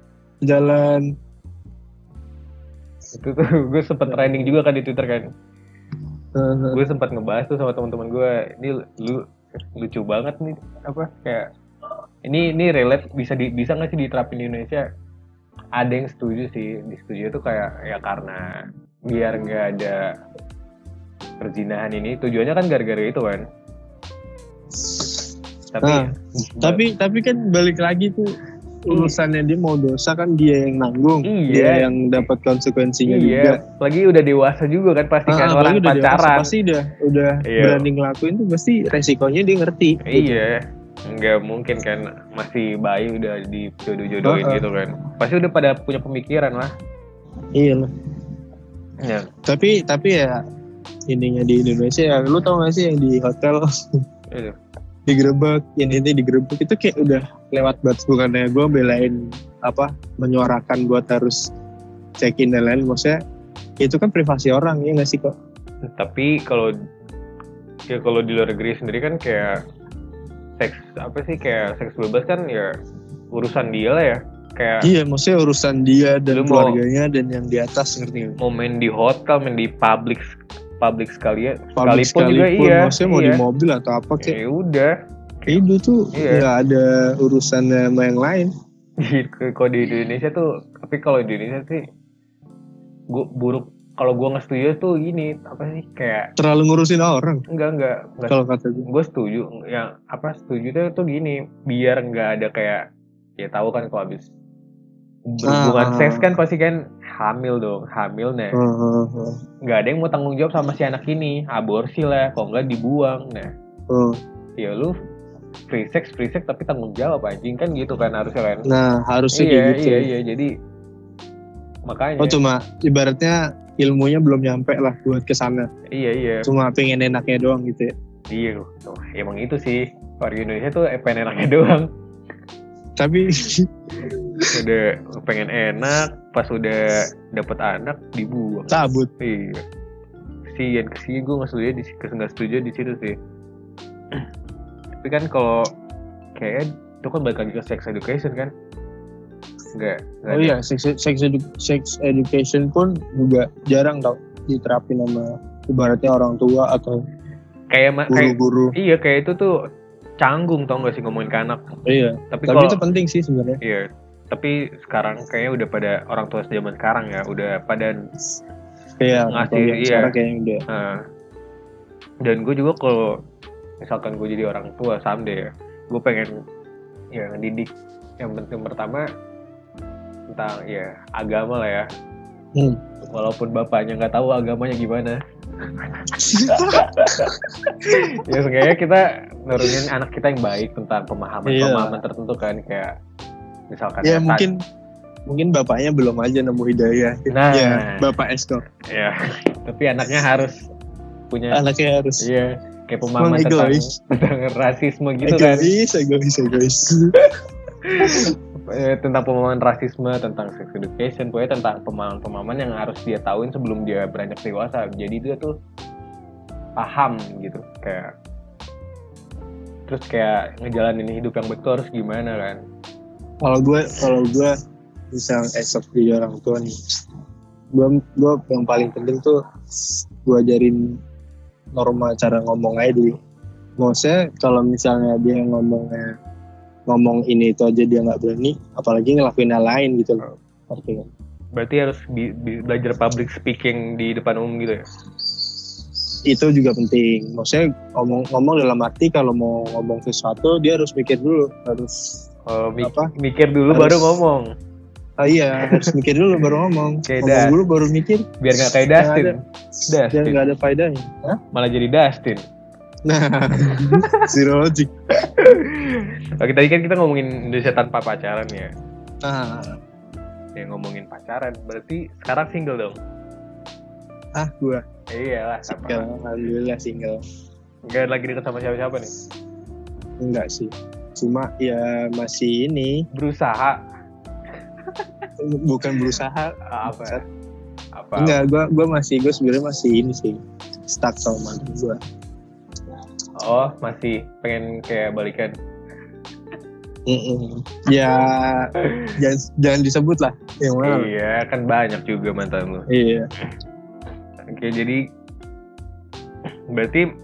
itu tuh gue sempet trending juga kan di Twitter kan. Gue sempat ngebahas tuh sama teman-teman gue, ini lucu banget nih, apa kayak ini relate, bisa nggak sih diterapin di Indonesia? Ada yang setuju sih, disetujui itu kayak ya karena biar nggak ada perzinahan ini, tujuannya kan gara-gara itu kan. Tapi kan balik lagi tuh, urusannya dia mau dosa kan dia yang nanggung, dia yang dapat konsekuensinya juga. Lagi udah dewasa juga kan, pasti kan orang pacaran pasti udah berani ngelakuin tuh, pasti resikonya dia ngerti. Iya, nggak mungkin kan masih bayi udah dijodoh-jodohin gitu kan, pasti udah pada punya pemikiran lah. Iya lah. Ya. Tapi ya ininya di Indonesia ya, lu tau gak sih yang di hotel digerebek, digerebek itu kayak udah lewat banget. Bukannya gue belain menyuarakan buat harus check in dan lain, maksudnya itu kan privasi orang, ya nggak sih kok? Tapi kalau di luar negeri sendiri kan kayak seks bebas kan ya urusan dia lah ya. Kayak iya, maksudnya urusan dia dan keluarganya dan yang di atas, ngerti nggak? Mau main di hotel, main di public sekalipun juga maksudnya mau di mobil atau apa kayak. Ya udah. Itu tuh nggak ada urusannya sama yang lain. Kalau di Indonesia tuh, tapi kalau di Indonesia sih kalau gue nggak setuju tuh gini, apa sih, kayak terlalu ngurusin orang. Enggak. Kalau kata gue setuju, yang setuju tuh gini, biar nggak ada kayak, ya tahu kan kalau habis berhubungan seks kan pasti kan hamil nah nggak ada yang mau tanggung jawab sama si anak ini, aborsi lah, kalau nggak dibuang. Nah ya lu free sex tapi tanggung jawab anjing kan, gitu kan harusnya kan. Nah harusnya kayak gitu. Iya jadi makanya cuma ibaratnya ilmunya belum nyampe lah buat kesana. Iya cuma pengen enaknya doang gitu ya. Iya emang itu sih warga Indonesia tuh pengen enaknya doang. Tapi udah pengen enak, pas udah dapet anak dibuang, cabut. Iya, kesian gue nggak setuju di situ sih. Tapi kan kalau kayak itu kan balik lagi ke sex education kan? Enggak Oh ada. iya, sex education pun juga jarang tau diterapin sama ibaratnya orang tua atau Kayak guru-guru. iya kayak itu tuh canggung tau gak sih ngomongin ke anak. Iya. Tapi Tapi kalau itu penting sih sebenarnya. iya, tapi sekarang kayaknya udah pada orang tua zaman sekarang ya udah pada Iya. ngasih, Atau yang iya. sekarang kayaknya udah. Dan gue juga kalau misalkan gue jadi orang tua someday ya, gue pengen ya ngedidik yang penting pertama tentang ya agama lah ya. Walaupun bapaknya nggak tahu agamanya gimana. Ya seenggaknya kita nurunin anak kita yang baik tentang pemahaman tertentu kan, kayak misalkan Ya mungkin bapaknya belum aja nemu hidayah. Nah. Ya, Bapak Esko. ya, tapi anaknya harus punya Anaknya harus. iya kayak pemahaman tentang rasisme gitu egois. tentang pemahaman rasisme, tentang sex education, pokoknya tentang pemahaman yang harus dia tahuin sebelum dia beranjak dewasa. Jadi dia tuh paham gitu, kayak terus kayak ngejalanin hidup yang baik tuh harus gimana kan. Kalau gue misal esok jadi orang tua nih, gue yang paling penting tuh gue ajarin norma cara ngomong aja dulu. Maksudnya kalau misalnya dia ngomong ini itu aja dia nggak berani, apalagi ngelakuin hal lain gitu loh. Artinya. Berarti harus belajar public speaking di depan umum gitu ya? Itu juga penting. Maksudnya ngomong dalam arti kalau mau ngomong sesuatu dia harus mikir dulu, harus mikir dulu baru ngomong. Iya, harus mikir dulu baru ngomong. Ngomong dulu baru mikir. Biar nggak kayak Dustin. Biar nggak ada faedahnya. Hah? Malah jadi Dustin. Nah, zero logic. Oke, tadi kan kita ngomongin Indonesia tanpa pacaran ya. Ya ngomongin pacaran, berarti sekarang single dong? Gua. Iyalah, Alhamdulillah single. Nggak lagi deket sama siapa-siapa nih? Enggak sih. Cuma ya masih ini. Berusaha. Bukan berusaha. Apa? Enggak, gue sebenarnya masih ini sih. Stuck sama mantan gue. Oh, masih pengen kayak balikan? Ya, jangan disebut lah. Yang mana? Iya, kan banyak juga mantan lu. Iya. Oke, jadi berarti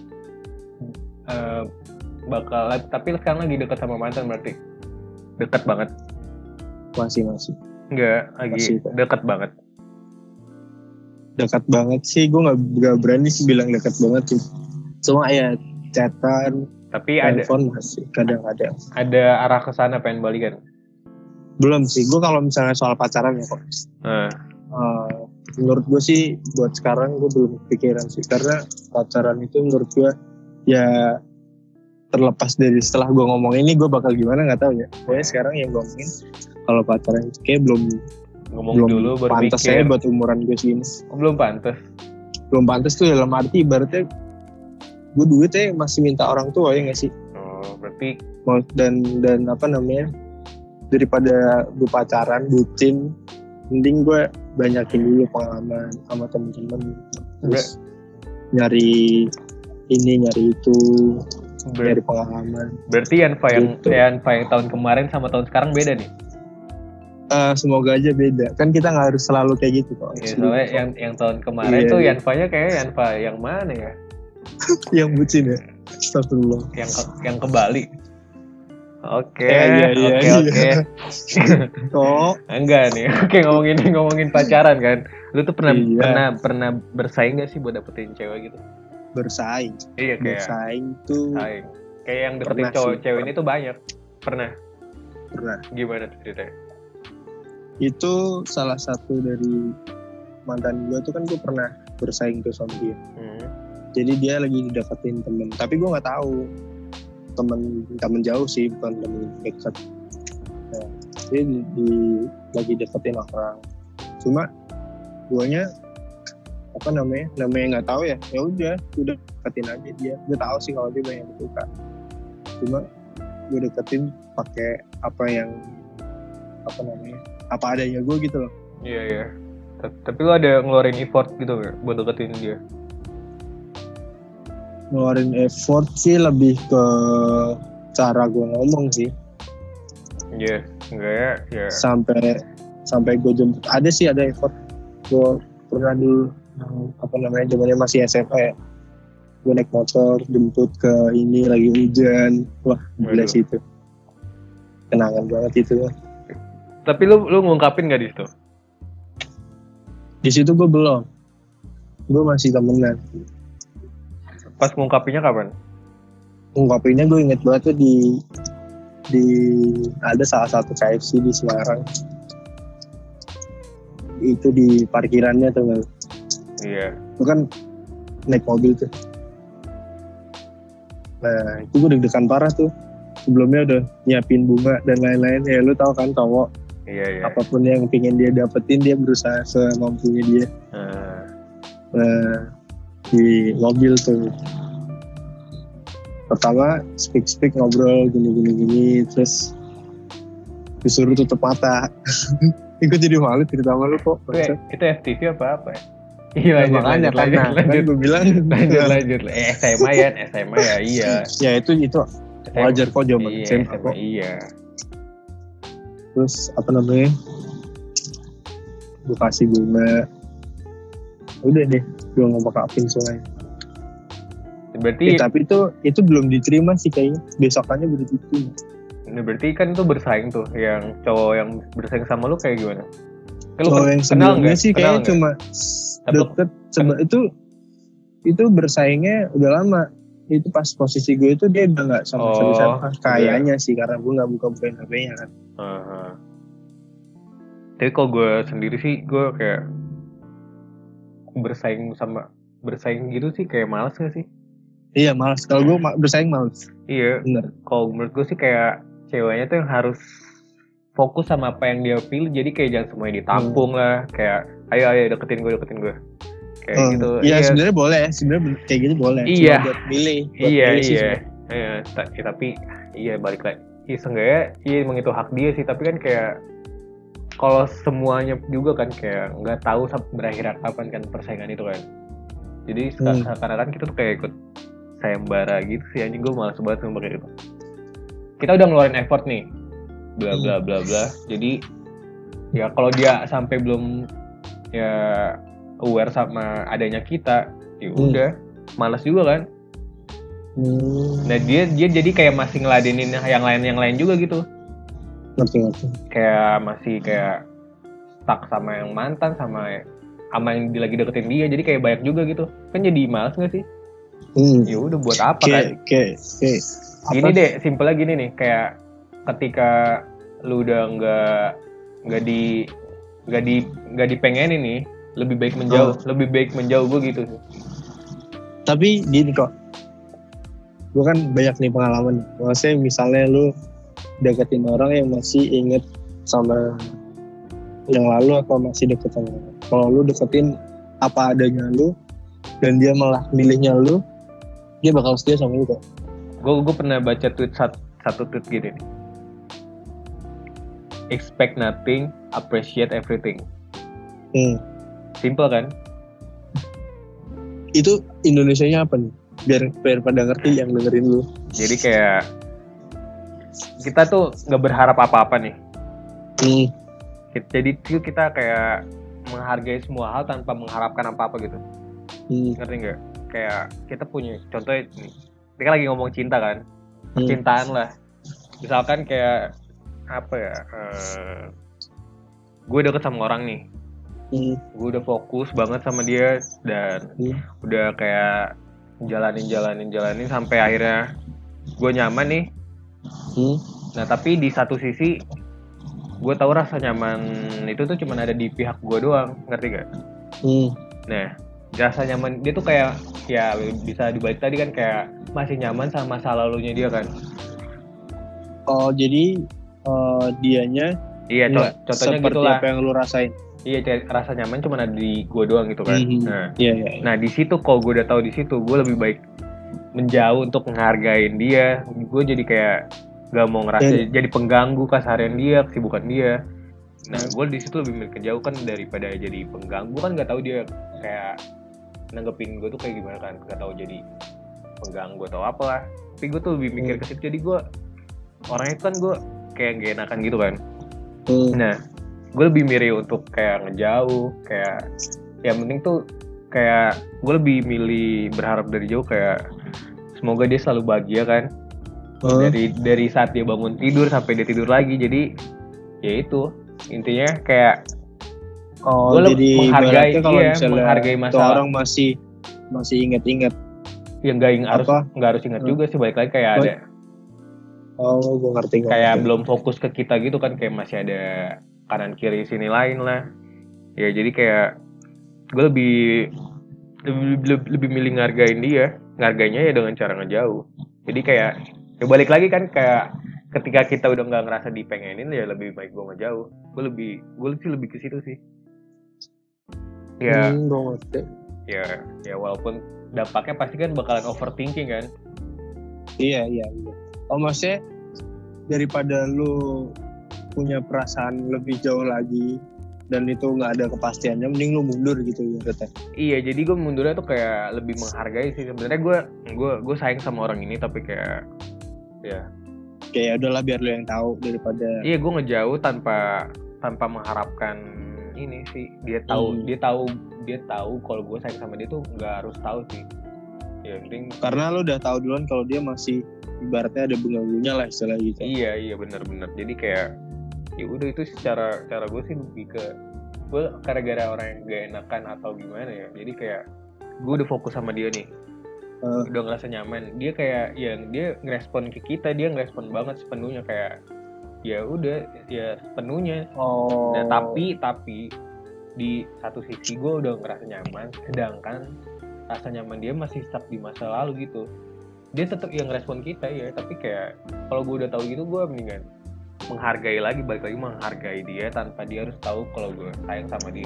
tapi sekarang lagi dekat sama mantan berarti? Dekat banget? Masih. Enggak, lagi masih, dekat banget. Dekat banget sih, gue nggak berani sih bilang dekat banget sih. Cuma ya chatan, tapi telepon masih kadang-kadang. Ada arah ke sana pengen balikan? Belum sih, gue kalau misalnya soal pacaran ya kok. Menurut gue sih buat sekarang gue belum pikiran sih, karena pacaran itu menurut gue ya terlepas dari setelah gue ngomong ini gue bakal gimana nggak tahu ya. Pokoknya sekarang yang gue ngomongin kalau pacaran itu kayak belum dulu baru pantas mikir. saya buat umuran gue segini. Belum pantas Tuh dalam arti ibaratnya gue duitnya masih minta orang tua ya nggak sih? Oh, berarti dan apa namanya, daripada gue pacaran bucin, mending gue banyakin dulu pengalaman sama temen-temen, terus nyari ini nyari itu, nyari pengalaman. Berarti Yanfa yang tahun kemarin sama tahun sekarang beda nih? Semoga aja beda, kan kita nggak harus selalu kayak gitu kok. Iya, soalnya yang tahun kemarin tuh Yanfanya kayak Yanfa yang mana ya? Yang bucin ya? Astagfirullah. Yang ke Bali. Oke. Oh, enggak nih. Oke, ngomongin pacaran kan. Lu tuh pernah bersaing gak sih buat dapetin cewek gitu? Bersaing. Iya, kayak bersaing tuh. Kayak yang deketin cewek ini tuh banyak. Pernah. Gimana tuh ceritanya? Itu salah satu dari mantan gue tuh kan gue pernah bersaing tuh sama dia. Jadi dia lagi dideketin temen, tapi gue nggak tahu temen jauh sih, bukan temen dekat. Nah, dia lagi deketin orang. Cuma guanya namanya nggak tahu ya. Ya udah deketin aja dia. Gue tahu sih kalau dia banyak suka. Cuma gue deketin pakai apa adanya gue gitu loh. Iya. Tapi lu ada ngeluarin effort gitu gak buat deketin dia? ngeluarin effort sih lebih ke cara gue ngomong sih. Iya, enggak ya. Sampai gue jemput. Ada effort. Gue pernah dulu zamannya masih SMA ya. Gue naik motor jemput ke ini lagi hujan. Wah, gila sih itu. Kenangan banget itu. Tapi lu ngungkapin gak di situ? Di situ gue belum. Gue masih temenan. Pas ngungkapinnya kapan? Ngungkapinnya gue inget banget tuh di ada salah satu KFC di Semarang. Itu di parkirannya tuh nggak? Iya. Itu kan naik mobil tuh. Nah itu gue deg-degan parah tuh. Sebelumnya udah nyiapin bunga dan lain-lain. Ya lu tahu kan cowok. Iya. Apapun yang pengen dia dapetin dia berusaha semampunya dia. Nah di mobil tuh. Pertama speak ngobrol gini terus disuruh tutup mata. Ikut jadi malu cerita sama lu kok. Itu FTV apa ya? Iya, makanya lanjut. Gue bilang lanjut. SMA ya iya. Ya itu wajar kok zaman SMA kok. Iya. Terus gue kasih bunga. Udah deh, gue nggak bakal apin soalnya. Berarti tapi itu belum diterima sih kayaknya. Besokannya baru diterima. Nah, berarti kan itu bersaing tuh. Yang cowok yang bersaing sama lu kayak gimana? Cowok yang sebelumnya sih kayaknya cuma deket. Itu bersaingnya udah lama. Itu pas posisi gue itu dia udah nggak sama siapa. Kayaknya sih karena gue nggak buka-bukain HP-nya kan. Tapi kalau gue sendiri sih gue kayak bersaing gitu sih kayak malas gak sih? Iya malas. Kalau gue bersaing malas. Iya. Bener. Kalau menurut gue sih kayak ceweknya tuh yang harus fokus sama apa yang dia pilih. Jadi kayak jangan semuanya ditampung lah. Kayak ayo deketin gue. Kayak gitu. Iya sebenarnya boleh. Sebenarnya kayak gitu boleh. Iya. Cuma buat milih. Iya. Tapi balik lagi. Iya seenggaknya emang itu hak dia sih. Tapi kan kayak kalau semuanya juga kan kayak nggak tahu berakhir kapan kan persaingan itu kan. Jadi sekarang kita tuh kayak ikut sayembara gitu sih, anjing gue malas banget sama kayak gitu. Kita udah ngeluarin effort nih, bla bla bla bla. Jadi ya kalau dia sampai belum ya aware sama adanya kita, ya udah malas juga kan. Nah dia jadi kayak masih ngeladenin yang lain juga gitu. Ngerti. Kayak masih kayak stuck sama yang mantan sama yang lagi deketin dia, jadi kayak banyak juga gitu. Kan jadi malas nggak sih? Ya udah buat apa kan? Gini deh, simpelnya gini nih, kayak ketika lu udah nggak dipengenin nih, lebih baik menjauh gue gitu. Tapi gini kok, gue kan banyak nih pengalaman. Maksudnya misalnya lu deketin orang yang masih inget sama yang lalu atau masih deket sama lu. Kalau lu deketin apa adanya lu dan dia malah milihnya lu, dia bakal setia sama lu kok. Gue pernah baca satu tweet gini nih. Expect nothing, appreciate everything. Simple kan? Itu Indonesianya apa nih? Biar pada ngerti yang dengerin lu. Jadi kayak kita tuh nggak berharap apa-apa nih. Jadi kita kayak menghargai semua hal tanpa mengharapkan apa-apa gitu. Ngerti nggak? Kayak kita punya contohnya nih, kita lagi ngomong cinta kan, percintaan lah. Misalkan kayak apa ya, gue deket sama orang nih, gue udah fokus banget sama dia dan udah kayak jalanin sampai akhirnya gue nyaman nih. Nah tapi di satu sisi gue tahu rasa nyaman itu tuh cuma ada di pihak gue doang, ngerti gak? Nah rasa nyaman dia tuh kayak ya bisa dibalik tadi kan kayak masih nyaman sama masa lalunya dia kan. Oh jadi dianya contohnya seperti gitulah apa yang lu rasain. Iya, rasa nyaman cuma ada di gue doang gitu kan. Nah di situ kalau gue udah tahu di situ gue lebih baik menjauh untuk menghargain dia. Gue jadi kayak gak mau ngerasa jadi pengganggu keseharian dia, kesibukan dia. Nah gue di situ lebih milih kejauh kan daripada jadi pengganggu. Kan gak tahu dia kayak nanggepin gue tuh kayak gimana kan, gak tahu jadi mengganggu atau apalah. Tapi gue tuh lebih mikir ke situ, jadi gue orangnya kan gue kayak gak enakan gitu kan. Nah gue lebih milih untuk kayak ngejauh, kayak yang penting tuh kayak gue lebih milih berharap dari jauh, kayak semoga dia selalu bahagia kan. Dari saat dia bangun tidur sampai dia tidur lagi. Jadi ya itu intinya kayak gue jadi menghargai, kalau menghargai tuh masalah. orang masih inget-inget. Ya nggak harus ingat juga sih, balik lagi kayak ada. Gue ngerti. Kayak belum fokus ke kita gitu kan, kayak masih ada kanan kiri sini lain lah. Ya jadi kayak gue lebih milih ngargainya ya dengan cara ngejauh. Jadi kayak ya balik lagi kan, kayak ketika kita udah nggak ngerasa dipengenin ya lebih baik gue ngejauh. Gue sih lebih ke situ sih. Ya. Gue ngerti. Ya walaupun dampaknya pasti kan bakalan overthinking kan. Iya. Maksudnya daripada lu punya perasaan lebih jauh lagi dan itu nggak ada kepastiannya, mending lu mundur gitu ya katanya. Iya, jadi gue mundurnya tuh kayak lebih menghargai sih. Sebenarnya gue sayang sama orang ini, tapi kayak ya kayak udahlah biar lu yang tahu daripada. Iya, gue ngejauh tanpa mengharapkan ini sih. Dia tahu kalau gue sayang sama dia tuh nggak harus tahu sih. Ya penting karena lu udah tahu duluan kalau dia masih ibaratnya ada bengagunya lah istilah gitu. Iya benar. Jadi kayak ya udah, itu secara gue sih lebih ke gue gara-gara orang yang gak enakan atau gimana ya. Jadi kayak gue udah fokus sama dia nih, udah ngerasa nyaman. Dia kayak ya dia ngerespon ke kita, dia ngerespon banget sepenuhnya, kayak ya udah ya sepenuhnya. Nah tapi di satu sisi gue udah ngerasa nyaman, sedangkan rasa nyaman dia masih stuck di masa lalu gitu. Dia tetap yang ngerespon kita ya, tapi kayak kalau gue udah tahu gitu, gue mendingan balik lagi menghargai dia tanpa dia harus tahu kalau gue sayang sama dia.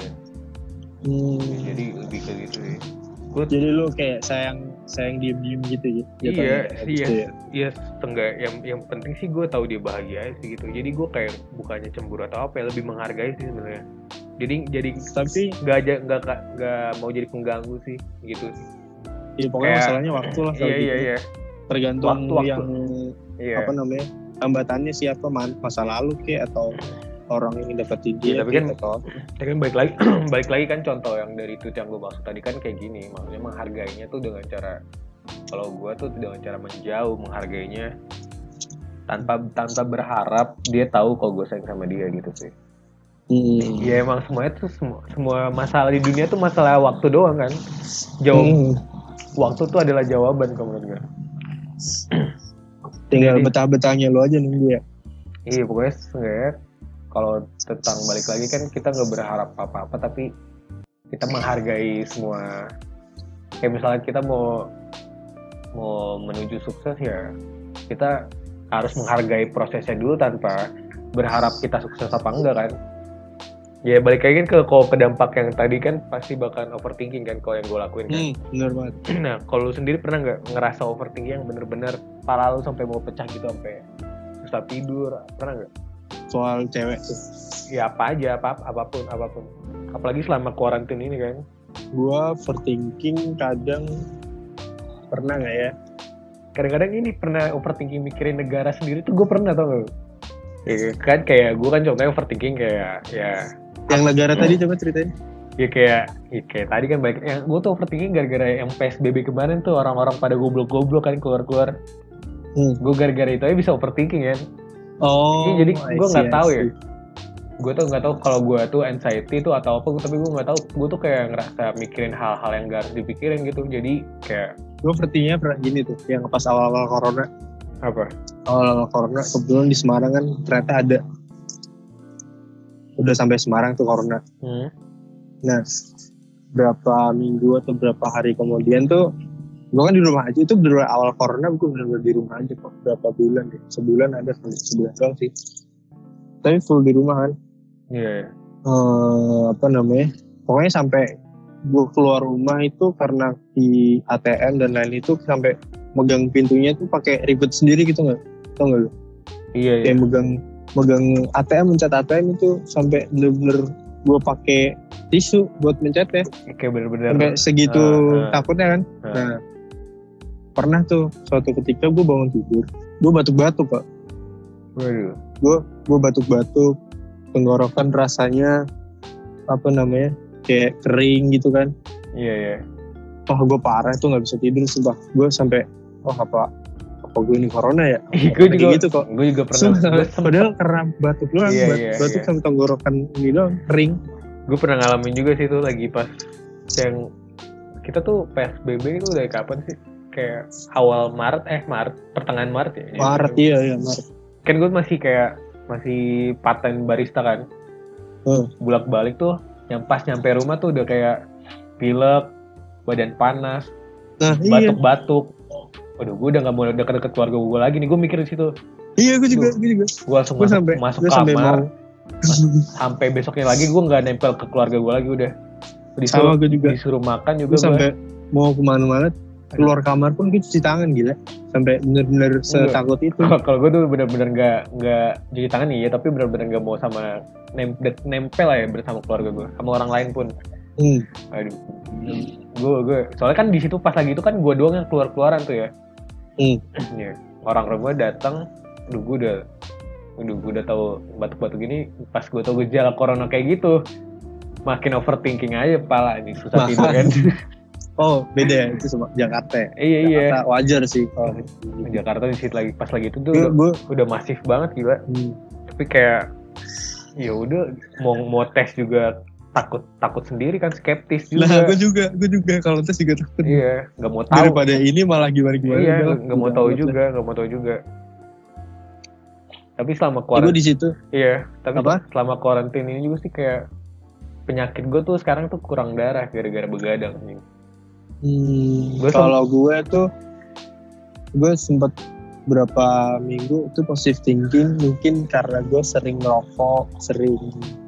Jadi lebih ke gitu sih. Jadi lu kayak sayang diem gitu ya? Iya. Setengah yang penting sih gue tahu dia bahagia sih gitu. Jadi gue kayak bukannya cemburu atau apa ya, lebih menghargai sih sebenarnya. Jadi tapi nggak mau jadi pengganggu sih gitu sih. Ya pokoknya kayak, masalahnya waktu lah. Iya. Tergantung waktu. Yang apa namanya, hambatannya siapa, masa lalu atau orang yang dapetin dia. Tapi kan balik lagi kan, contoh yang dari itu yang gue maksud tadi kan kayak gini, maksudnya menghargainya tuh dengan cara, kalau gue tuh dengan cara menjauh, menghargainya tanpa berharap dia tahu kalau gue sayang sama dia gitu sih. Ya emang semuanya tuh semua masalah di dunia tuh masalah waktu doang kan. Waktu tuh adalah jawaban kalau menurut gue. Tinggal betah-betahnya lo aja nunggu ya. Iya pokoknya sebenarnya kalau tentang balik lagi kan, kita nggak berharap apa-apa, tapi kita menghargai semua. Kayak misalnya kita mau menuju sukses ya, kita harus menghargai prosesnya dulu tanpa berharap kita sukses apa enggak kan. Ya balik lagi kan kalau ke dampak yang tadi kan pasti bakalan overthinking kan kalau yang gue lakuin kan. Bener banget. Nah kalau lu sendiri pernah nggak ngerasa overthinking yang bener-bener kepala lu sampai mau pecah gitu, sampai susah tidur, pernah nggak? Soal cewek tuh? Ya apa aja, apapun. Apalagi selama kuarantin ini kan. Gua overthinking kadang, pernah nggak ya? Kadang-kadang ini pernah overthinking mikirin negara sendiri tuh, gue pernah, tau nggak? Ya kan kayak gue kan contohnya overthinking kayak ya. Yang negara tadi coba ceritain. Ya kayak tadi kan baik. Yang gue tuh overthinking gara-gara yang PSBB kemarin tuh orang-orang pada goblok-goblok kan keluar-keluar. Gue gara-gara itu aja bisa overthinking kan. Jadi gue nggak tahu ya. Gue tuh nggak tahu kalau gue tuh anxiety tuh atau apa, tapi gue nggak tahu. Gue tuh kayak ngerasa mikirin hal-hal yang gak harus dipikirin gitu. Jadi kayak gue sepertinya pernah gini tuh, yang pas awal-awal corona. Apa? Awal-awal corona kebetulan di Semarang kan ternyata ada. Udah sampai Semarang tuh corona. Nah, berapa minggu atau berapa hari kemudian tuh gue kan di rumah aja. Itu bener awal corona gue bener-bener di rumah aja kok. Berapa bulan deh, sebulan ada, sebulan doang sih. Tapi full di rumah kan. Iya. Apa namanya, pokoknya sampai gue keluar rumah itu karena di ATM dan lain itu sampai megang pintunya tuh pakai ribet sendiri gitu, nggak? Tau nggak lu? Iya. Kayak megang ATM, mencet ATM itu sampai bener-bener gue pakai tisu buat mencet ya. Kayak bener-bener sampai segitu takutnya kan. Nah, pernah tuh suatu ketika gue bangun tidur, gue batuk-batuk kok. Waduh. Gue batuk-batuk, tenggorokan rasanya kayak kering gitu kan. Iya. Wah gue parah tuh, nggak bisa tidur sumpah. Gue sampai apa gue ini corona ya? Gue juga gitu kok. Gue juga pernah. Padahal karena batuk doang, batuk Iya. sama tenggorokan ini doang kering. Gue pernah ngalamin juga sih itu lagi pas yang kita tuh PSBB itu dari kapan sih? Kayak awal Maret, pertengahan Maret ya? Maret, iya Maret. Kan gue masih part-time barista kan. Bulak-balik tuh, yang pas nyampe rumah tuh udah kayak pilek, badan panas, batuk-batuk. Waduh, gue udah gak mau deket-deket keluarga gue lagi nih. Gue mikir di situ. Iya, gue juga. Gue langsung masuk kamar. Sampai besoknya lagi gue nggak nempel ke keluarga gue lagi udah. Disuruh makan juga. Gue sampai mau kemana-mana keluar kamar pun gue cuci tangan gila. Sampai bener-bener setakut itu. Kalau gue tuh bener-bener nggak cuci tangan nih ya, tapi bener-bener nggak mau sama nempel lah ya bersama keluarga gue, sama orang lain pun. Aduh. Gue soalnya kan di situ pas lagi itu kan gue doang yang keluaran tuh ya. Ya. Orang rumah datang, gue udah tahu batuk-batuk gini, pas gue tahu gejala corona kayak gitu, makin overthinking aja pala ini, susah tidur kan. Oh beda ya, itu sama Jakarta. Iya. Jakarta wajar sih kalau Jakarta di situ lagi pas lagi itu tuh udah masif banget gila. Tapi kayak ya udah mau tes juga takut sendiri kan, skeptis juga. Nah, gue juga kalau tes juga takut. Iya, nggak mau tahu. Daripada ini malah gimana. Iya, nggak mau tahu juga. Tapi selama karantin di situ. Iya, tapi selama karantin ini juga sih kayak penyakit gue tuh sekarang tuh kurang darah gara-gara begadang nih. Kalau gue sempet berapa minggu itu positive thinking, mungkin karena gue sering ngerokok, sering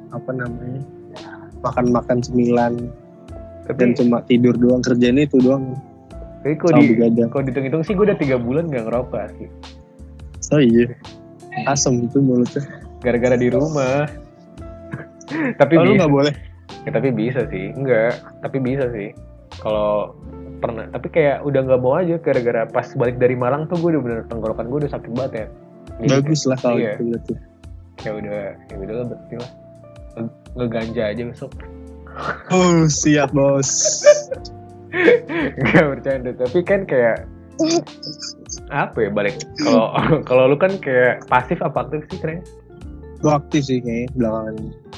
makan cemilan, dan cuma tidur doang, kerjanya itu doang. Tapi kalau dihitung-hitung sih gue udah 3 bulan gak ngerokok sih. Oh iya, asem itu mulutnya. Gara-gara di rumah. Tapi lu nggak boleh? Ya, tapi bisa sih, tapi bisa sih. Kalau pernah, tapi kayak udah nggak mau aja gara-gara pas balik dari Malang tuh gue udah bener tenggorokan gue udah sakit banget ya. Bagus lah kalau gitu berarti. Kayak udah lah berarti lah. Ngeganja aja besok. Oh siap bos. Gak bercanda, tapi kan kayak apa ya balik. Kalau lu kan kayak pasif apa aktif sih keren? Gue aktif sih kayaknya belakangan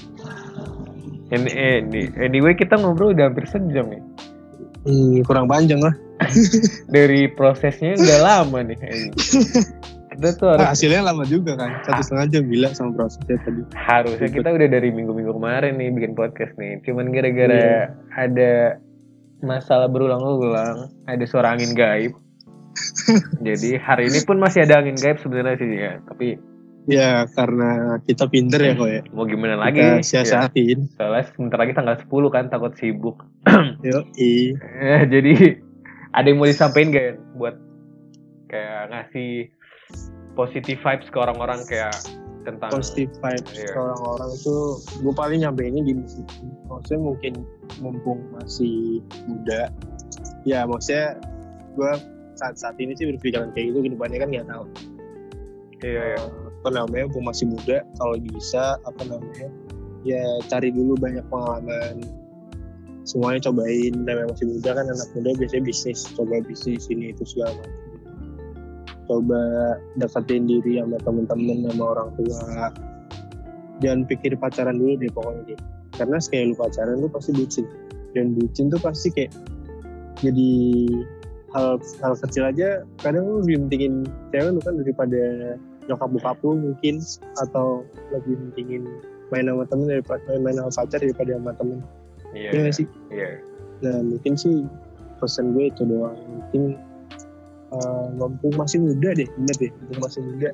ini. Anyway kita ngobrol udah hampir sejam nih. Kurang panjang lah. Dari prosesnya udah lama nih kayaknya. Kita tuh hasilnya lama juga kan, 1,5 jam gila sama prosesnya tadi. Harusnya kita udah dari minggu-minggu kemarin nih bikin podcast nih. Cuman gara-gara ada masalah berulang-ulang, ada suara angin gaib. Jadi hari ini pun masih ada angin gaib sebenarnya sih ya, tapi ya karena kita pinter ya kok ya. Mau gimana lagi? Kita siasatin. Ya. Soalnya sebentar lagi tanggal 10 kan, takut sibuk. Yoi. Jadi ada yang mau disampaikan gak ya? Buat kayak ngasih positive vibes ke orang-orang kayak tentang positive vibes ke orang-orang tuh gue paling nyampeinnya gini sih. Maksudnya mungkin mumpung masih muda. Ya maksudnya gue saat ini sih berpikiran kayak gitu, kedepannya kan nggak tahu. Iya. Mumpung masih muda, kalau bisa ya cari dulu banyak pengalaman, semuanya cobain. Namanya masih muda kan, anak muda biasanya coba bisnis ini itu segala macam. Coba deketin diri sama temen-temen, sama orang tua. Jangan pikir pacaran dulu deh pokoknya. Karena sekali lu pacaran lu pasti bucin, dan bucin tuh pasti kayak jadi hal kecil aja. Kadang lu lebih pentingin cewek lu kan daripada nyokap bokap lu mungkin, atau lebih pentingin main sama temen daripada main sama pacar daripada sama temen. Iya gak sih? Iya. Nah mungkin sih pesan gue itu doang. Mungkin mumpung masih muda deh, bener deh, mumpung masih muda,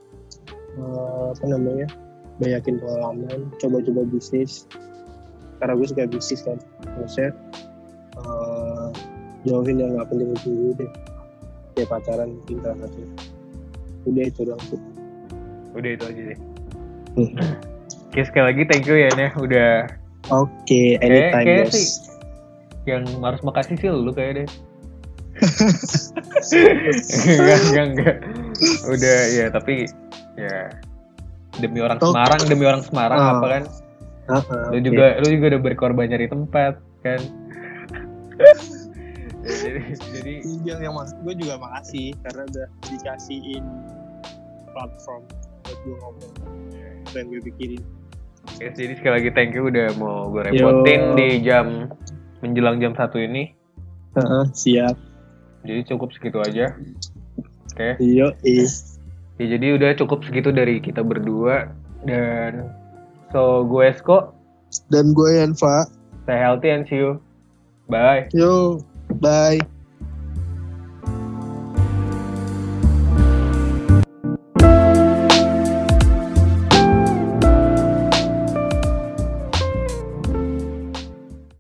banyakin pengalaman, coba-coba bisnis. Karena gue suka bisnis kan, maksudnya jauhin yang nggak penting itu dulu deh, kayak pacaran mungkin salah satu. Udah itu doang sih. Udah itu aja deh. Oke, sekali lagi thank you ya Nek, udah. Oke, anytime bos. Sih, yang harus makasih sih lu kayak deh. enggak. Udah ya, tapi ya demi orang Semarang apa kan? Lu juga udah berkorban nyari tempat kan? jadi yang maksud gue juga makasih karena udah dikasihin platform buat gue ngomong apa yang gue pikirin. Yes, jadi sekali lagi thank you udah mau gue repotin di jam menjelang jam 1 ini. Siap. Jadi cukup segitu aja. Oke. Ya, jadi udah cukup segitu dari kita berdua. Dan so gue Esko dan gue Yanfa. Stay healthy and see you. Bye. Yo, bye.